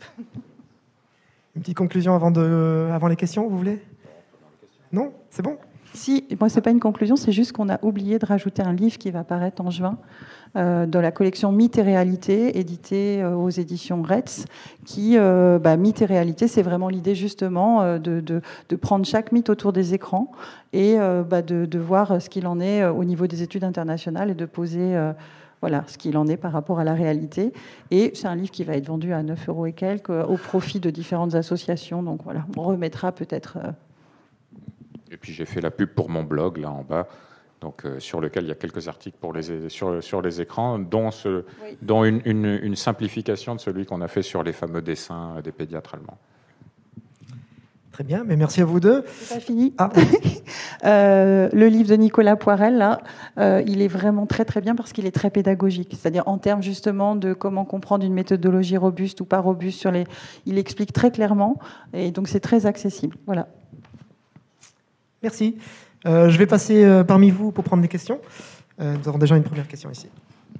S1: Une petite conclusion avant les questions, vous voulez? Non? C'est bon?
S2: Si, moi c'est pas une conclusion, c'est juste qu'on a oublié de rajouter un livre qui va paraître en juin dans la collection Mythes et Réalités, édité aux éditions Retz, qui, Mythes et Réalités, c'est vraiment l'idée justement de prendre chaque mythe autour des écrans et de voir ce qu'il en est au niveau des études internationales et de poser voilà, ce qu'il en est par rapport à la réalité. Et c'est un livre qui va être vendu à 9 € et quelques au profit de différentes associations. Donc voilà, on remettra peut-être...
S3: Et puis j'ai fait la pub pour mon blog, là en bas, donc, sur lequel il y a quelques articles sur les écrans, dont une simplification de celui qu'on a fait sur les fameux dessins des pédiatres allemands.
S1: Très bien, mais merci à vous deux.
S2: C'est pas fini. Le livre de Nicolas Poirel, là, il est vraiment très très bien parce qu'il est très pédagogique. C'est-à-dire en termes justement de comment comprendre une méthodologie robuste ou pas robuste. Il explique très clairement et donc c'est très accessible. Voilà.
S1: Merci. Je vais passer parmi vous pour prendre des questions. Nous avons déjà une première question ici.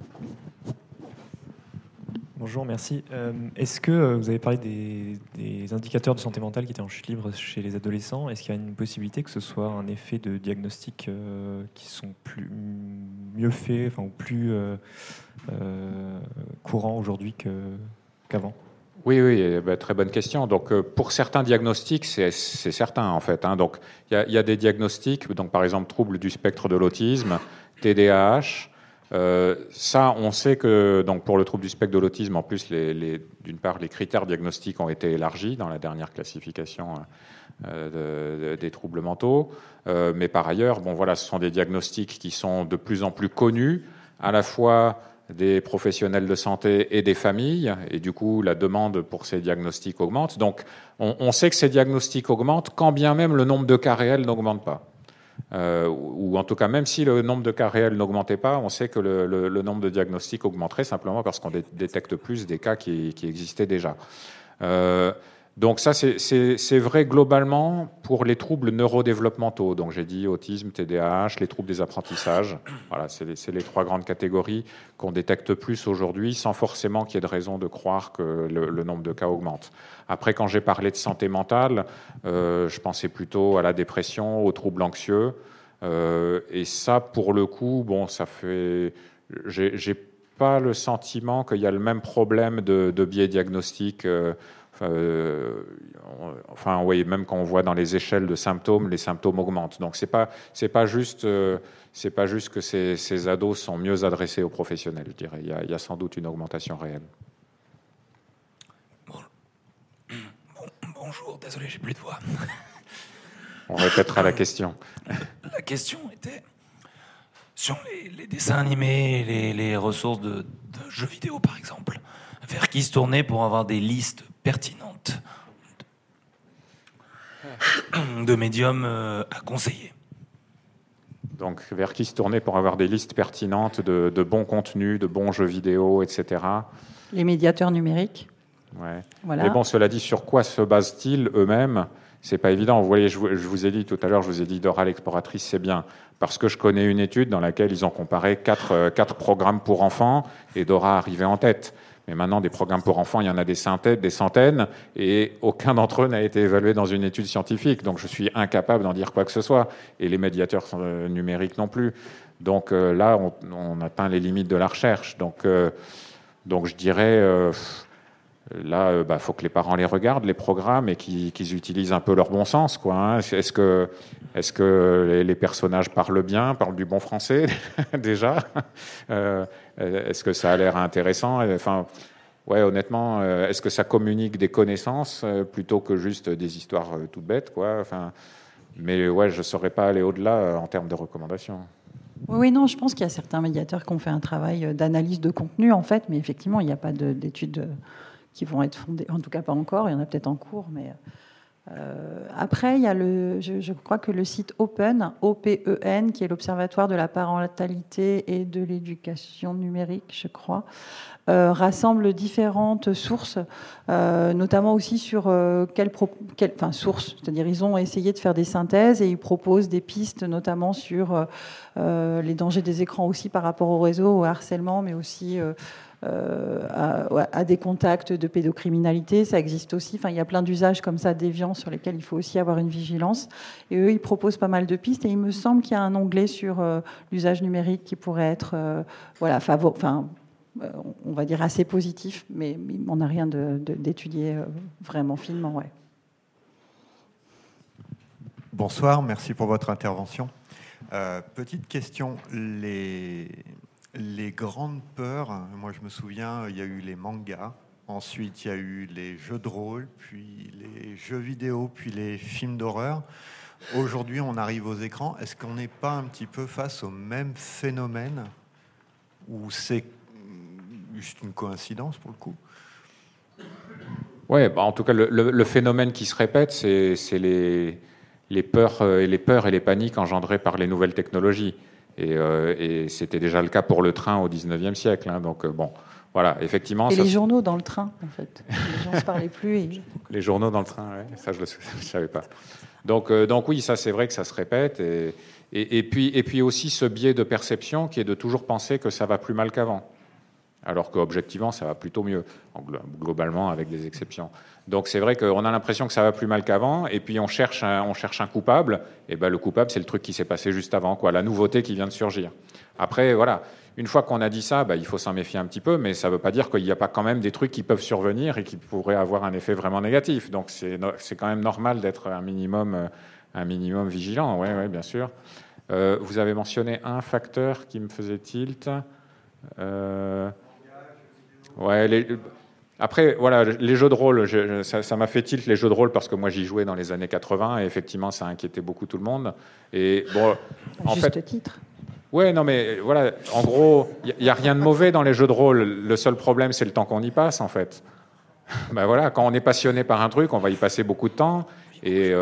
S4: Bonjour, merci. Est-ce que vous avez parlé des indicateurs de santé mentale qui étaient en chute libre chez les adolescents? Est-ce qu'il y a une possibilité que ce soit un effet de diagnostic qui sont mieux faits, enfin, ou plus courants aujourd'hui qu'avant?
S3: Oui, très bonne question. Donc, pour certains diagnostics, c'est certain en fait. Donc, il y a des diagnostics, donc par exemple troubles du spectre de l'autisme, TDAH. Ça, on sait que donc pour le trouble du spectre de l'autisme, en plus, d'une part, les critères diagnostiques ont été élargis dans la dernière classification des troubles mentaux. Mais par ailleurs, ce sont des diagnostics qui sont de plus en plus connus, à la fois des professionnels de santé et des familles, et du coup la demande pour ces diagnostics augmente. Donc on sait que ces diagnostics augmentent quand bien même le nombre de cas réels n'augmente pas. Ou en tout cas, même si le nombre de cas réels n'augmentait pas, on sait que le nombre de diagnostics augmenterait simplement parce qu'on détecte plus des cas qui existaient déjà. Donc ça, c'est vrai globalement pour les troubles neurodéveloppementaux. Donc j'ai dit autisme, TDAH, les troubles des apprentissages. Voilà, c'est les 3 grandes catégories qu'on détecte plus aujourd'hui, sans forcément qu'il y ait de raison de croire que le nombre de cas augmente. Après, quand j'ai parlé de santé mentale, je pensais plutôt à la dépression, aux troubles anxieux. Et ça, pour le coup, ça fait... J'ai pas le sentiment qu'il y a le même problème de biais diagnostique. Enfin, oui, même quand on voit dans les échelles de symptômes, les symptômes augmentent. Donc, c'est pas juste que ces ados sont mieux adressés aux professionnels. Je dirais, il y a sans doute une augmentation réelle.
S5: Bonjour, désolé, j'ai plus de voix.
S3: On répétera la question.
S5: La question était sur les dessins animés, les ressources de jeux vidéo, par exemple. Vers qui se tourner pour avoir des listes pertinentes de médiums à conseiller.
S3: Donc, vers qui se tourner pour avoir des listes pertinentes de bons contenus, de bons jeux vidéo, etc.
S2: Les médiateurs numériques.
S3: Ouais.
S2: Voilà.
S3: Mais bon, cela dit, sur quoi se basent-ils eux-mêmes? C'est pas évident. Vous voyez, je vous ai dit tout à l'heure, je vous ai dit Dora l'exploratrice, c'est bien. Parce que je connais une étude dans laquelle ils ont comparé quatre programmes pour enfants et Dora arrivait en tête. Mais maintenant, des programmes pour enfants, il y en a des centaines, et aucun d'entre eux n'a été évalué dans une étude scientifique. Donc, je suis incapable d'en dire quoi que ce soit. Et les médiateurs numériques non plus. Donc là, on atteint les limites de la recherche. Donc je dirais... Là, faut que les parents les regardent, les programmes, et qu'ils utilisent un peu leur bon sens, quoi, hein. Est-ce que les personnages parlent bien, parlent du bon français, déjà? Est-ce que ça a l'air intéressant? Enfin, ouais, honnêtement, est-ce que ça communique des connaissances plutôt que juste des histoires toutes bêtes, quoi? Enfin, mais ouais, je ne saurais pas aller au-delà en termes de recommandations.
S2: Oui, non, je pense qu'il y a certains médiateurs qui ont fait un travail d'analyse de contenu, en fait, mais effectivement, il n'y a pas d'études qui vont être fondées, en tout cas pas encore, il y en a peut-être en cours, mais après, il y a je crois que le site Open, OPEN, qui est l'Observatoire de la parentalité et de l'éducation numérique, je crois, rassemble différentes sources, notamment aussi sur sources, c'est-à-dire ils ont essayé de faire des synthèses et ils proposent des pistes, notamment sur les dangers des écrans aussi par rapport au réseau, au harcèlement, mais aussi à des contacts de pédocriminalité, ça existe aussi. Enfin, il y a plein d'usages comme ça déviants sur lesquels il faut aussi avoir une vigilance. Et eux, ils proposent pas mal de pistes. Et il me semble qu'il y a un onglet sur l'usage numérique qui pourrait être, on va dire assez positif, mais on n'a rien d'étudié vraiment finement. Ouais.
S6: Bonsoir, merci pour votre intervention. Petite question, les grandes peurs, moi je me souviens, il y a eu les mangas, ensuite il y a eu les jeux de rôle, puis les jeux vidéo, puis les films d'horreur. Aujourd'hui, on arrive aux écrans. Est-ce qu'on n'est pas un petit peu face au même phénomène ou c'est juste une coïncidence pour le coup?
S3: Ouais, en tout cas, le phénomène qui se répète, c'est les peurs et les paniques engendrées par les nouvelles technologies. Et c'était déjà le cas pour le train au 19e siècle. Hein, donc, bon, voilà, effectivement...
S2: Et les journaux dans le train, en fait. Les gens ne se parlaient plus.
S3: Les journaux dans le train, ouais, ça, je ne savais pas. Donc oui, ça, c'est vrai que ça se répète. Et puis aussi ce biais de perception qui est de toujours penser que ça va plus mal qu'avant. Alors qu'objectivement, ça va plutôt mieux, globalement, avec des exceptions. Donc c'est vrai qu'on a l'impression que ça va plus mal qu'avant, et puis on cherche un coupable, et ben le coupable, c'est le truc qui s'est passé juste avant, quoi, la nouveauté qui vient de surgir. Après, voilà, une fois qu'on a dit ça, il faut s'en méfier un petit peu, mais ça ne veut pas dire qu'il n'y a pas quand même des trucs qui peuvent survenir et qui pourraient avoir un effet vraiment négatif. Donc c'est quand même normal d'être un minimum vigilant, ouais, bien sûr. Vous avez mentionné un facteur qui me faisait tilt. Ouais, après, voilà, les jeux de rôle, ça m'a fait tilt les jeux de rôle parce que moi j'y jouais dans les années 80 et effectivement ça inquiétait beaucoup tout le monde. Et bon, en fait,
S2: titre.
S3: Ouais, non, mais voilà, en gros, il n'y a rien de mauvais dans les jeux de rôle. Le seul problème, c'est le temps qu'on y passe, en fait. Voilà, quand on est passionné par un truc, on va y passer beaucoup de temps. Et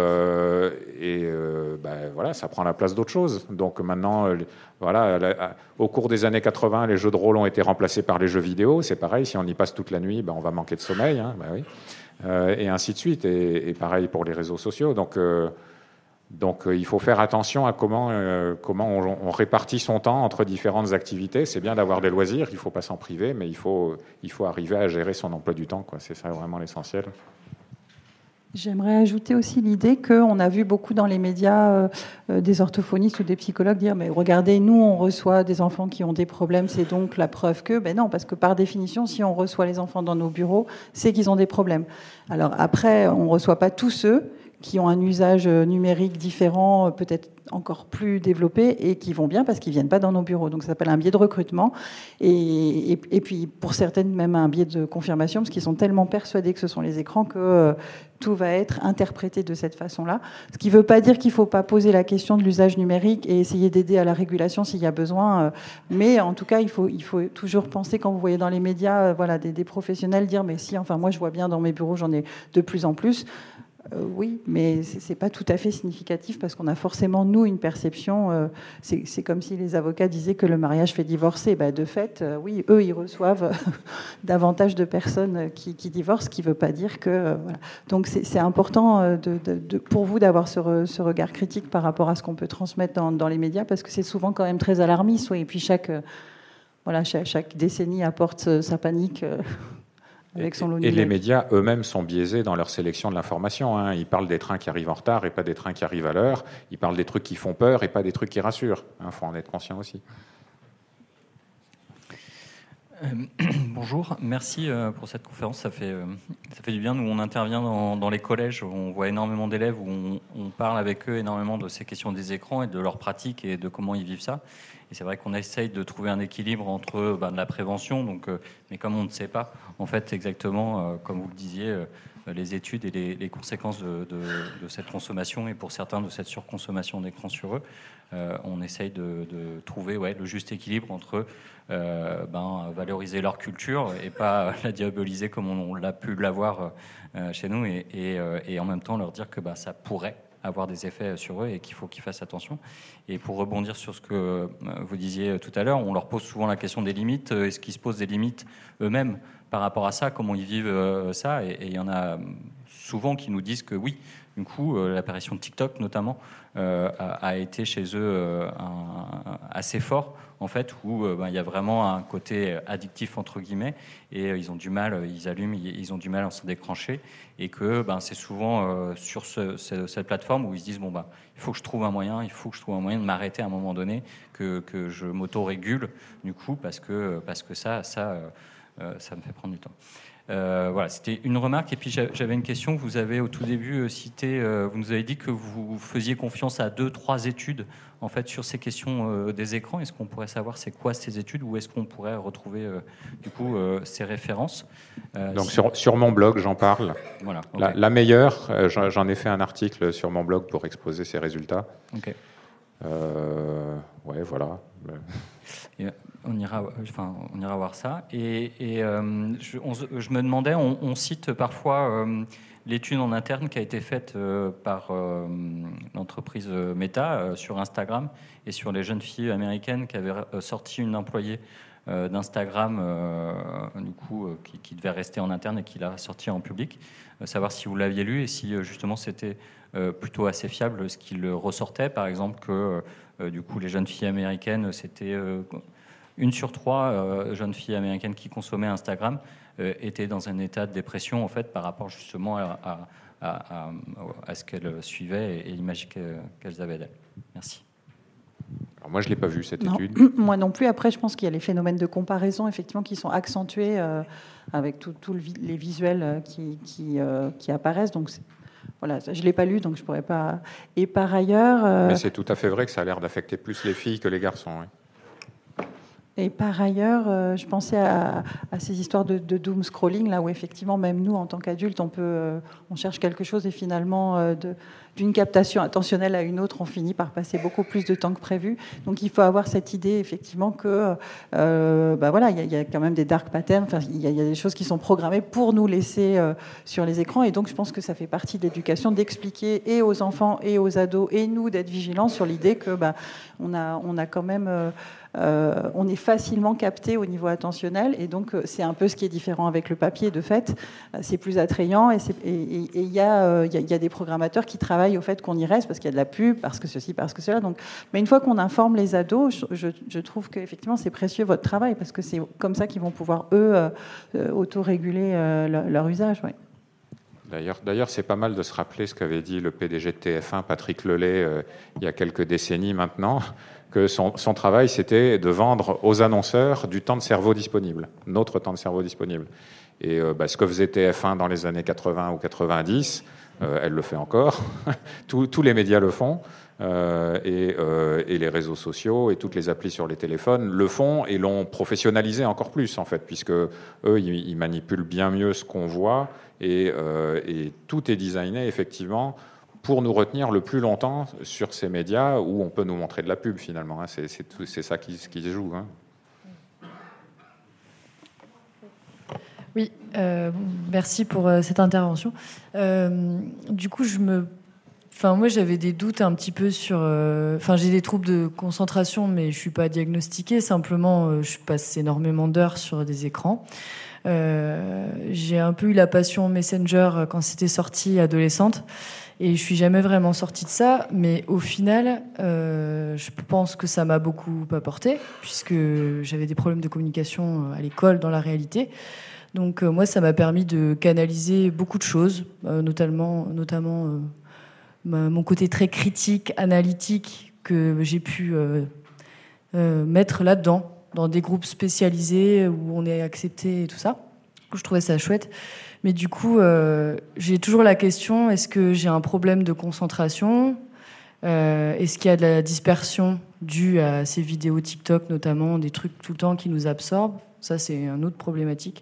S3: voilà, ça prend la place d'autres choses. Donc maintenant, voilà, au cours des années 80, les jeux de rôle ont été remplacés par les jeux vidéo. C'est pareil, si on y passe toute la nuit, on va manquer de sommeil. Hein, oui. Et ainsi de suite. Et pareil pour les réseaux sociaux. Donc il faut faire attention à comment on répartit son temps entre différentes activités. C'est bien d'avoir des loisirs, il ne faut pas s'en priver, mais il faut arriver à gérer son emploi du temps, quoi. C'est ça vraiment l'essentiel.
S2: J'aimerais ajouter aussi l'idée qu'on a vu beaucoup dans les médias des orthophonistes ou des psychologues dire mais regardez, nous on reçoit des enfants qui ont des problèmes, c'est donc la preuve que... Ben non, parce que par définition, si on reçoit les enfants dans nos bureaux, c'est qu'ils ont des problèmes. Alors après, on ne reçoit pas tous ceux qui ont un usage numérique différent, peut-être encore plus développé, et qui vont bien parce qu'ils ne viennent pas dans nos bureaux. Donc ça s'appelle un biais de recrutement, et puis pour certaines même un biais de confirmation, parce qu'ils sont tellement persuadés que ce sont les écrans que tout va être interprété de cette façon-là. Ce qui ne veut pas dire qu'il ne faut pas poser la question de l'usage numérique et essayer d'aider à la régulation s'il y a besoin, mais en tout cas, il faut toujours penser, quand vous voyez dans les médias voilà, des professionnels dire « mais si, enfin moi je vois bien dans mes bureaux, j'en ai de plus en plus ». Oui, mais c'est pas tout à fait significatif parce qu'on a forcément, nous, une perception. C'est comme si les avocats disaient que le mariage fait divorcer. Ben, de fait, oui, eux, ils reçoivent davantage de personnes qui divorcent, ce qui ne veut pas dire que... voilà. Donc c'est important pour vous d'avoir ce regard critique par rapport à ce qu'on peut transmettre dans les médias, parce que c'est souvent quand même très alarmiste. Oui, et puis chaque décennie apporte sa panique... avec son lot
S3: et les médias eux-mêmes sont biaisés dans leur sélection de l'information. Hein. Ils parlent des trains qui arrivent en retard et pas des trains qui arrivent à l'heure. Ils parlent des trucs qui font peur et pas des trucs qui rassurent. Il faut en être conscient aussi.
S7: Bonjour, merci pour cette conférence. Ça fait du bien. Nous, on intervient dans les collèges. On voit énormément d'élèves où on parle avec eux énormément de ces questions des écrans et de leurs pratiques et de comment ils vivent ça. Et c'est vrai qu'on essaye de trouver un équilibre entre de la prévention, mais comme on ne sait pas, en fait, exactement, comme vous le disiez, les études et les conséquences de cette consommation et pour certains de cette surconsommation d'écran sur eux, on essaye de trouver le juste équilibre entre valoriser leur culture et pas la diaboliser comme on l'a pu l'avoir chez nous et en même temps leur dire que ça pourrait avoir des effets sur eux et qu'il faut qu'ils fassent attention. Et pour rebondir sur ce que vous disiez tout à l'heure, on leur pose souvent la question des limites. Est-ce qu'ils se posent des limites eux-mêmes par rapport à ça? Comment ils vivent ça? Et il y en a souvent qui nous disent que oui, du coup, l'apparition de TikTok notamment a été chez eux assez fort, en fait, où il y a vraiment un côté addictif entre guillemets, et ils ont du mal, ils allument, ils ont du mal à s'en décrocher, et que c'est souvent sur cette plateforme où ils se disent il faut que je trouve un moyen, de m'arrêter à un moment donné, que je m'auto-régule du coup, parce que ça me fait prendre du temps. Voilà, c'était une remarque. Et puis j'avais une question. Vous avez au tout début cité, vous nous avez dit que vous faisiez confiance à 2-3 études en fait sur ces questions des écrans. Est-ce qu'on pourrait savoir c'est quoi ces études, ou est-ce qu'on pourrait retrouver du coup ces références?
S3: Donc sur mon blog, j'en parle. Voilà. Okay. La meilleure, j'en ai fait un article sur mon blog pour exposer ces résultats.
S7: Ok.
S3: Ouais, voilà.
S7: Et on ira voir ça. Et je me demandais, on cite parfois l'étude en interne qui a été faite par l'entreprise Meta sur Instagram et sur les jeunes filles américaines qui avaient sorti une employée d'Instagram du coup, qui devait rester en interne et qui l'a sorti en public. Savoir si vous l'aviez lu et si justement c'était plutôt assez fiable ce qu'il ressortait. Par exemple que du coup les jeunes filles américaines, c'était 1 sur 3 jeunes filles américaines qui consommaient Instagram étaient dans un état de dépression en fait par rapport justement à ce qu'elles suivaient et l'image qu'elles avaient d'elles. Merci.
S3: Alors moi, je ne l'ai pas vu, cette étude.
S2: Moi non plus. Après, je pense qu'il y a les phénomènes de comparaison, effectivement, qui sont accentués avec tous les visuels qui apparaissent. Donc, voilà, je ne l'ai pas lu, donc je ne pourrais pas... Et par ailleurs...
S3: Mais c'est tout à fait vrai que ça a l'air d'affecter plus les filles que les garçons, oui.
S2: Et par ailleurs, je pensais à ces histoires de doom scrolling, là où effectivement, même nous, en tant qu'adultes, on cherche quelque chose et finalement, d'une captation attentionnelle à une autre, on finit par passer beaucoup plus de temps que prévu. Donc, il faut avoir cette idée, effectivement, que voilà, il y a quand même des dark patterns. Enfin, il y a des choses qui sont programmées pour nous laisser sur les écrans. Et donc, je pense que ça fait partie de l'éducation d'expliquer et aux enfants et aux ados et nous d'être vigilants sur l'idée que on a quand même on est facilement capté au niveau attentionnel, et donc c'est un peu ce qui est différent avec le papier. De fait, c'est plus attrayant, et il y a des programmateurs qui travaillent au fait qu'on y reste parce qu'il y a de la pub, parce que ceci, parce que cela. Donc, mais une fois qu'on informe les ados, je trouve qu'effectivement c'est précieux votre travail, parce que c'est comme ça qu'ils vont pouvoir eux autoréguler leur usage. Ouais.
S3: D'ailleurs, c'est pas mal de se rappeler ce qu'avait dit le PDG de TF1, Patrick Lelay, il y a quelques décennies maintenant, que son travail, c'était de vendre aux annonceurs du temps de cerveau disponible, notre temps de cerveau disponible. Et ce que faisait TF1 dans les années 80 ou 90, elle le fait encore, tous les médias le font, et les réseaux sociaux et toutes les applis sur les téléphones le font et l'ont professionnalisé encore plus, en fait, puisque eux, ils manipulent bien mieux ce qu'on voit, et tout est designé, effectivement, pour nous retenir le plus longtemps sur ces médias où on peut nous montrer de la pub, finalement. Hein. C'est ça qui se joue. Hein.
S8: Oui, merci pour cette intervention. Du coup, moi, j'avais des doutes un petit peu sur... j'ai des troubles de concentration, mais je ne suis pas diagnostiquée. Simplement, je passe énormément d'heures sur des écrans. J'ai un peu eu la passion Messenger quand c'était sorti adolescente. Et je suis jamais vraiment sortie de ça. Mais au final, je pense que ça m'a beaucoup apporté, puisque j'avais des problèmes de communication à l'école, dans la réalité. Donc moi, ça m'a permis de canaliser beaucoup de choses, notamment mon côté très critique, analytique, que j'ai pu mettre là-dedans, dans des groupes spécialisés où on est accepté et tout ça. Je trouvais ça chouette. Mais du coup, j'ai toujours la question, est-ce que j'ai un problème de concentration ? Est-ce qu'il y a de la dispersion due à ces vidéos TikTok, notamment, des trucs tout le temps qui nous absorbent ? Ça, c'est une autre problématique.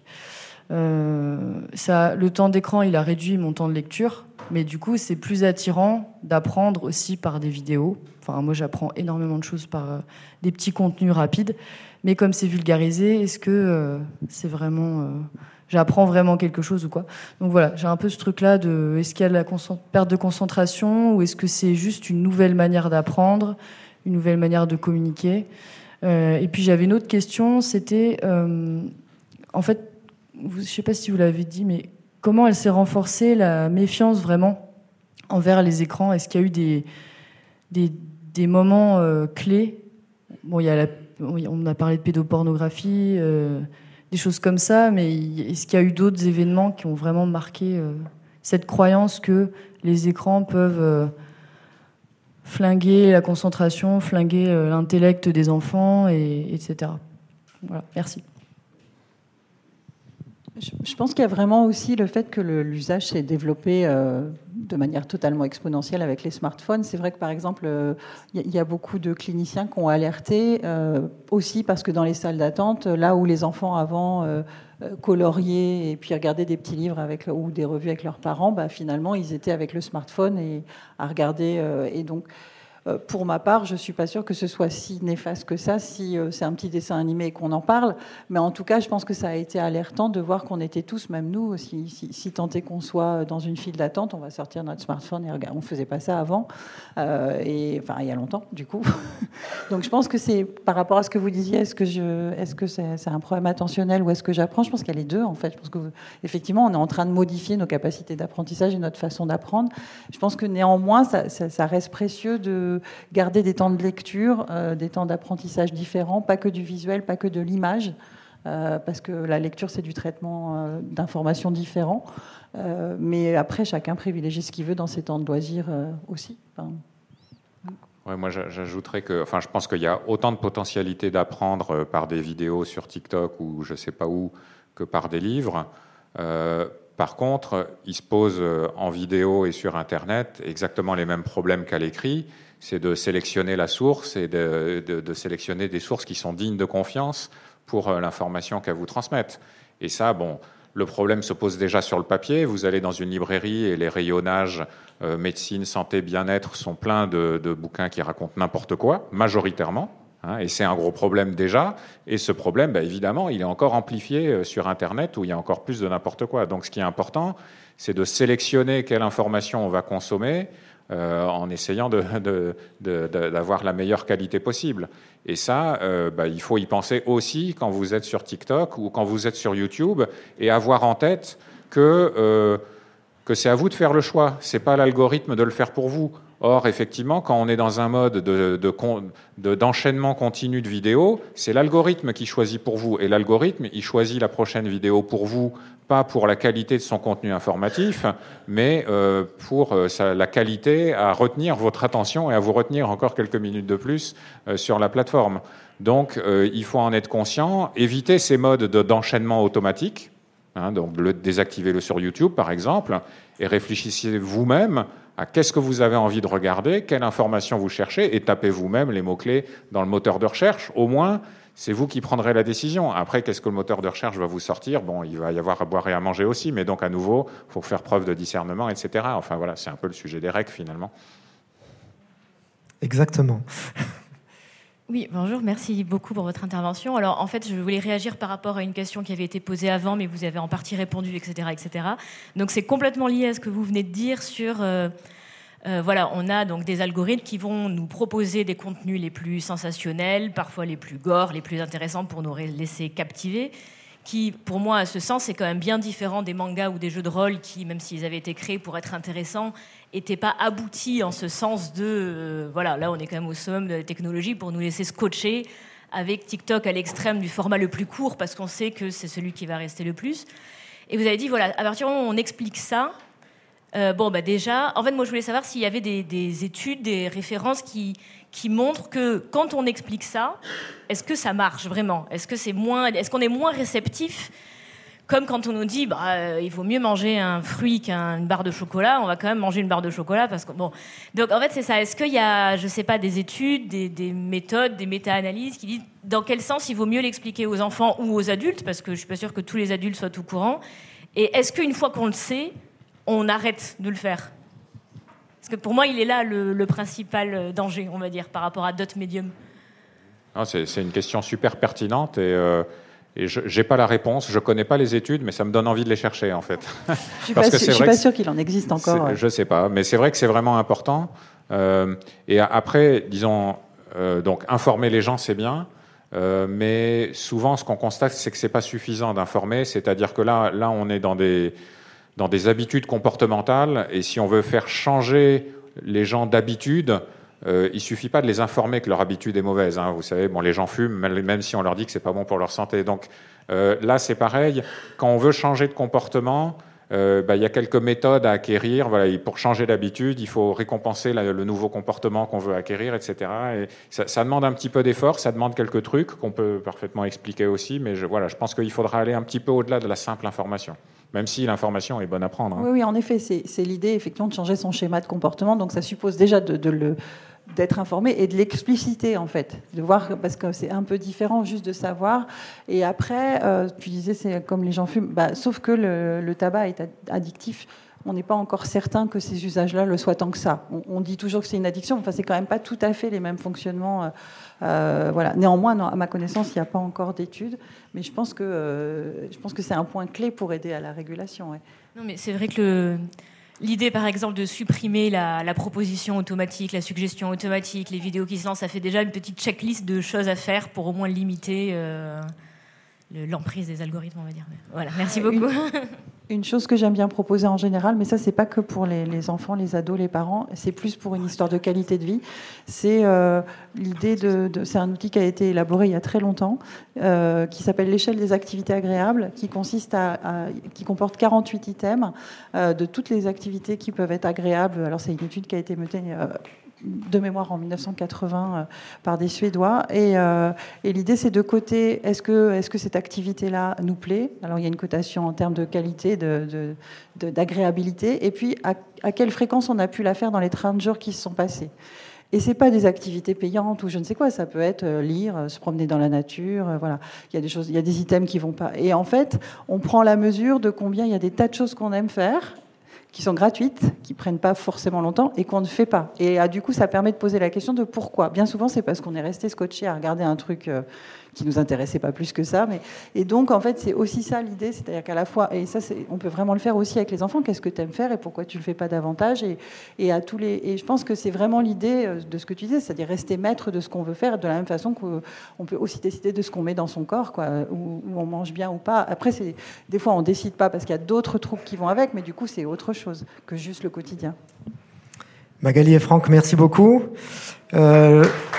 S8: Le temps d'écran, il a réduit mon temps de lecture, mais du coup, c'est plus attirant d'apprendre aussi par des vidéos. Enfin, moi, j'apprends énormément de choses par des petits contenus rapides, mais comme c'est vulgarisé, est-ce que c'est vraiment... j'apprends vraiment quelque chose ou quoi ? Donc voilà, j'ai un peu ce truc-là de... Est-ce qu'il y a de la perte de concentration ou est-ce que c'est juste une nouvelle manière d'apprendre, une nouvelle manière de communiquer ? Et puis j'avais une autre question, c'était... en fait, je ne sais pas si vous l'avez dit, mais comment elle s'est renforcée, la méfiance vraiment envers les écrans ? Est-ce qu'il y a eu des moments clés ? Bon, on a parlé de pédopornographie, des choses comme ça, mais est-ce qu'il y a eu d'autres événements qui ont vraiment marqué cette croyance que les écrans peuvent flinguer la concentration, flinguer l'intellect des enfants, etc. Voilà, merci.
S2: Je pense qu'il y a vraiment aussi le fait que l'usage s'est développé de manière totalement exponentielle avec les smartphones. C'est vrai que, par exemple, il y a beaucoup de cliniciens qui ont alerté, aussi parce que dans les salles d'attente, là où les enfants avant coloriaient et puis regardaient des petits livres ou des revues avec leurs parents, finalement, ils étaient avec le smartphone et à regarder. Et donc, pour ma part, je ne suis pas sûre que ce soit si néfaste que ça, si c'est un petit dessin animé et qu'on en parle. Mais en tout cas, je pense que ça a été alertant de voir qu'on était tous, même nous, si tant est qu'on soit dans une file d'attente, on va sortir notre smartphone et regarder. On ne faisait pas ça avant, il y a longtemps, du coup. Donc je pense que c'est, par rapport à ce que vous disiez, est-ce que c'est un problème attentionnel ou est-ce que j'apprends ? Je pense qu'il y a les deux, en fait. Je pense qu'effectivement, on est en train de modifier nos capacités d'apprentissage et notre façon d'apprendre. Je pense que néanmoins, ça reste précieux de garder des temps de lecture, des temps d'apprentissage différents, pas que du visuel, pas que de l'image, parce que la lecture, c'est du traitement d'informations différents. Mais après, chacun privilégie ce qu'il veut dans ses temps de loisirs aussi.
S3: Ouais, moi, j'ajouterais que, je pense qu'il y a autant de potentialité d'apprendre par des vidéos sur TikTok ou je ne sais pas où que par des livres. Par contre, il se pose en vidéo et sur Internet exactement les mêmes problèmes qu'à l'écrit. C'est de sélectionner la source et de sélectionner des sources qui sont dignes de confiance pour l'information qu'elles vous transmettent. Et ça, le problème se pose déjà sur le papier. Vous allez dans une librairie et les rayonnages médecine, santé, bien-être sont pleins de bouquins qui racontent n'importe quoi, majoritairement. Et c'est un gros problème déjà. Et ce problème, évidemment, il est encore amplifié sur Internet où il y a encore plus de n'importe quoi. Donc ce qui est important, c'est de sélectionner quelle information on va consommer en essayant d'avoir la meilleure qualité possible. Et ça, il faut y penser aussi quand vous êtes sur TikTok ou quand vous êtes sur YouTube et avoir en tête que que c'est à vous de faire le choix. C'est pas l'algorithme de le faire pour vous. Or, effectivement, quand on est dans un mode d'enchaînement continu de vidéos, c'est l'algorithme qui choisit pour vous. Et l'algorithme, il choisit la prochaine vidéo pour vous, pas pour la qualité de son contenu informatif, mais pour la qualité à retenir votre attention et à vous retenir encore quelques minutes de plus sur la plateforme. Donc, il faut en être conscient, éviter ces modes d'enchaînement automatique, donc désactivez-le sur YouTube, par exemple, et réfléchissez vous-même à qu'est-ce que vous avez envie de regarder, quelle information vous cherchez, et tapez vous-même les mots-clés dans le moteur de recherche. Au moins, c'est vous qui prendrez la décision. Après, qu'est-ce que le moteur de recherche va vous sortir? Bon, il va y avoir à boire et à manger aussi, mais donc à nouveau, il faut faire preuve de discernement, etc. Enfin voilà, c'est un peu le sujet des règles finalement.
S1: Exactement.
S9: Oui, bonjour, merci beaucoup pour votre intervention. Alors, en fait, je voulais réagir par rapport à une question qui avait été posée avant, mais vous avez en partie répondu, etc., etc. Donc, c'est complètement lié à ce que vous venez de dire sur... voilà, on a donc des algorithmes qui vont nous proposer des contenus les plus sensationnels, parfois les plus gore, les plus intéressants pour nous laisser captiver, qui, pour moi, à ce sens, c'est quand même bien différent des mangas ou des jeux de rôle qui, même s'ils avaient été créés pour être intéressants, n'étaient pas aboutis en ce sens de... voilà, là, on est quand même au summum de la technologie pour nous laisser scotcher avec TikTok à l'extrême du format le plus court parce qu'on sait que c'est celui qui va rester le plus. Et vous avez dit, voilà, à partir du moment où on explique ça, déjà, en fait, moi, je voulais savoir s'il y avait des études, des références qui montrent que quand on explique ça, est-ce que ça marche vraiment? Est-ce qu'on est moins réceptif? Comme quand on nous dit, il vaut mieux manger un fruit qu'une barre de chocolat, on va quand même manger une barre de chocolat parce que bon. Donc en fait, c'est ça. Est-ce qu'il y a, je sais pas, des études, des méthodes, des méta-analyses qui disent dans quel sens il vaut mieux l'expliquer aux enfants ou aux adultes, parce que je suis pas sûre que tous les adultes soient au courant. Et est-ce qu'une fois qu'on le sait, on arrête de le faire? Parce que pour moi, il est là le principal danger, on va dire, par rapport à d'autres médiums.
S3: C'est une question super pertinente et je n'ai pas la réponse, je ne connais pas les études, mais ça me donne envie de les chercher, en fait.
S2: Je ne suis pas sûre qu'il en existe encore.
S3: Je ne sais pas, mais c'est vrai que c'est vraiment important. Et après, disons, donc informer les gens, c'est bien, mais souvent, ce qu'on constate, c'est que ce n'est pas suffisant d'informer, c'est-à-dire que là, on est dans des habitudes comportementales, et si on veut faire changer les gens d'habitude, il suffit pas de les informer que leur habitude est mauvaise. Vous savez, les gens fument, même si on leur dit que c'est pas bon pour leur santé. Donc là, c'est pareil. Quand on veut changer de comportement, il y a quelques méthodes à acquérir. Voilà, pour changer d'habitude, il faut récompenser le nouveau comportement qu'on veut acquérir, etc. Et ça demande un petit peu d'effort, ça demande quelques trucs qu'on peut parfaitement expliquer aussi. Mais je pense qu'il faudra aller un petit peu au-delà de la simple information. Même si l'information est bonne à prendre.
S2: Oui, en effet, c'est l'idée effectivement de changer son schéma de comportement. Donc ça suppose déjà d'être informé et de l'expliciter en fait, de voir, parce que c'est un peu différent juste de savoir. Et après, tu disais c'est comme les gens fument, sauf que le tabac est addictif. On n'est pas encore certain que ces usages-là le soient tant que ça. On dit toujours que c'est une addiction, enfin c'est quand même pas tout à fait les mêmes fonctionnements. Voilà. Néanmoins, à ma connaissance, il n'y a pas encore d'études, mais je pense que c'est un point clé pour aider à la régulation. Ouais.
S9: Non, mais c'est vrai que l'idée, par exemple, de supprimer la proposition automatique, la suggestion automatique, les vidéos qui se lancent, ça fait déjà une petite checklist de choses à faire pour au moins limiter l'emprise des algorithmes, on va dire. Mais voilà, merci beaucoup.
S2: Une chose que j'aime bien proposer en général, mais ça c'est pas que pour les enfants, les ados, les parents, c'est plus pour une histoire de qualité de vie. C'est l'idée c'est un outil qui a été élaboré il y a très longtemps, qui s'appelle l'échelle des activités agréables, qui consiste qui comporte 48 items de toutes les activités qui peuvent être agréables. Alors c'est une étude qui a été menée de mémoire en 1980 par des Suédois. Et l'idée, c'est de coter, est-ce que cette activité-là nous plaît? Alors, il y a une cotation en termes de qualité, d'agréabilité, et puis à quelle fréquence on a pu la faire dans les 30 jours qui se sont passés. Et c'est pas des activités payantes ou je ne sais quoi, ça peut être lire, se promener dans la nature, voilà. Il y a des choses, il y a des items qui vont pas. Et en fait, on prend la mesure de combien il y a des tas de choses qu'on aime faire, qui sont gratuites, qui prennent pas forcément longtemps et qu'on ne fait pas. Et du coup, ça permet de poser la question de pourquoi. Bien souvent, c'est parce qu'on est resté scotché à regarder un truc qui nous intéressait pas plus que ça. Et donc, en fait, c'est aussi ça l'idée, c'est-à-dire qu'à la fois, et ça, on peut vraiment le faire aussi avec les enfants. Qu'est-ce que tu aimes faire et pourquoi tu le fais pas davantage? Et je pense que c'est vraiment l'idée de ce que tu disais, c'est-à-dire rester maître de ce qu'on veut faire, de la même façon qu'on peut aussi décider de ce qu'on met dans son corps, quoi, où on mange bien ou pas. Après, des fois, on décide pas parce qu'il y a d'autres troubles qui vont avec, mais du coup, c'est autre chose. chose que juste le quotidien.
S1: Magali et Franck, merci beaucoup.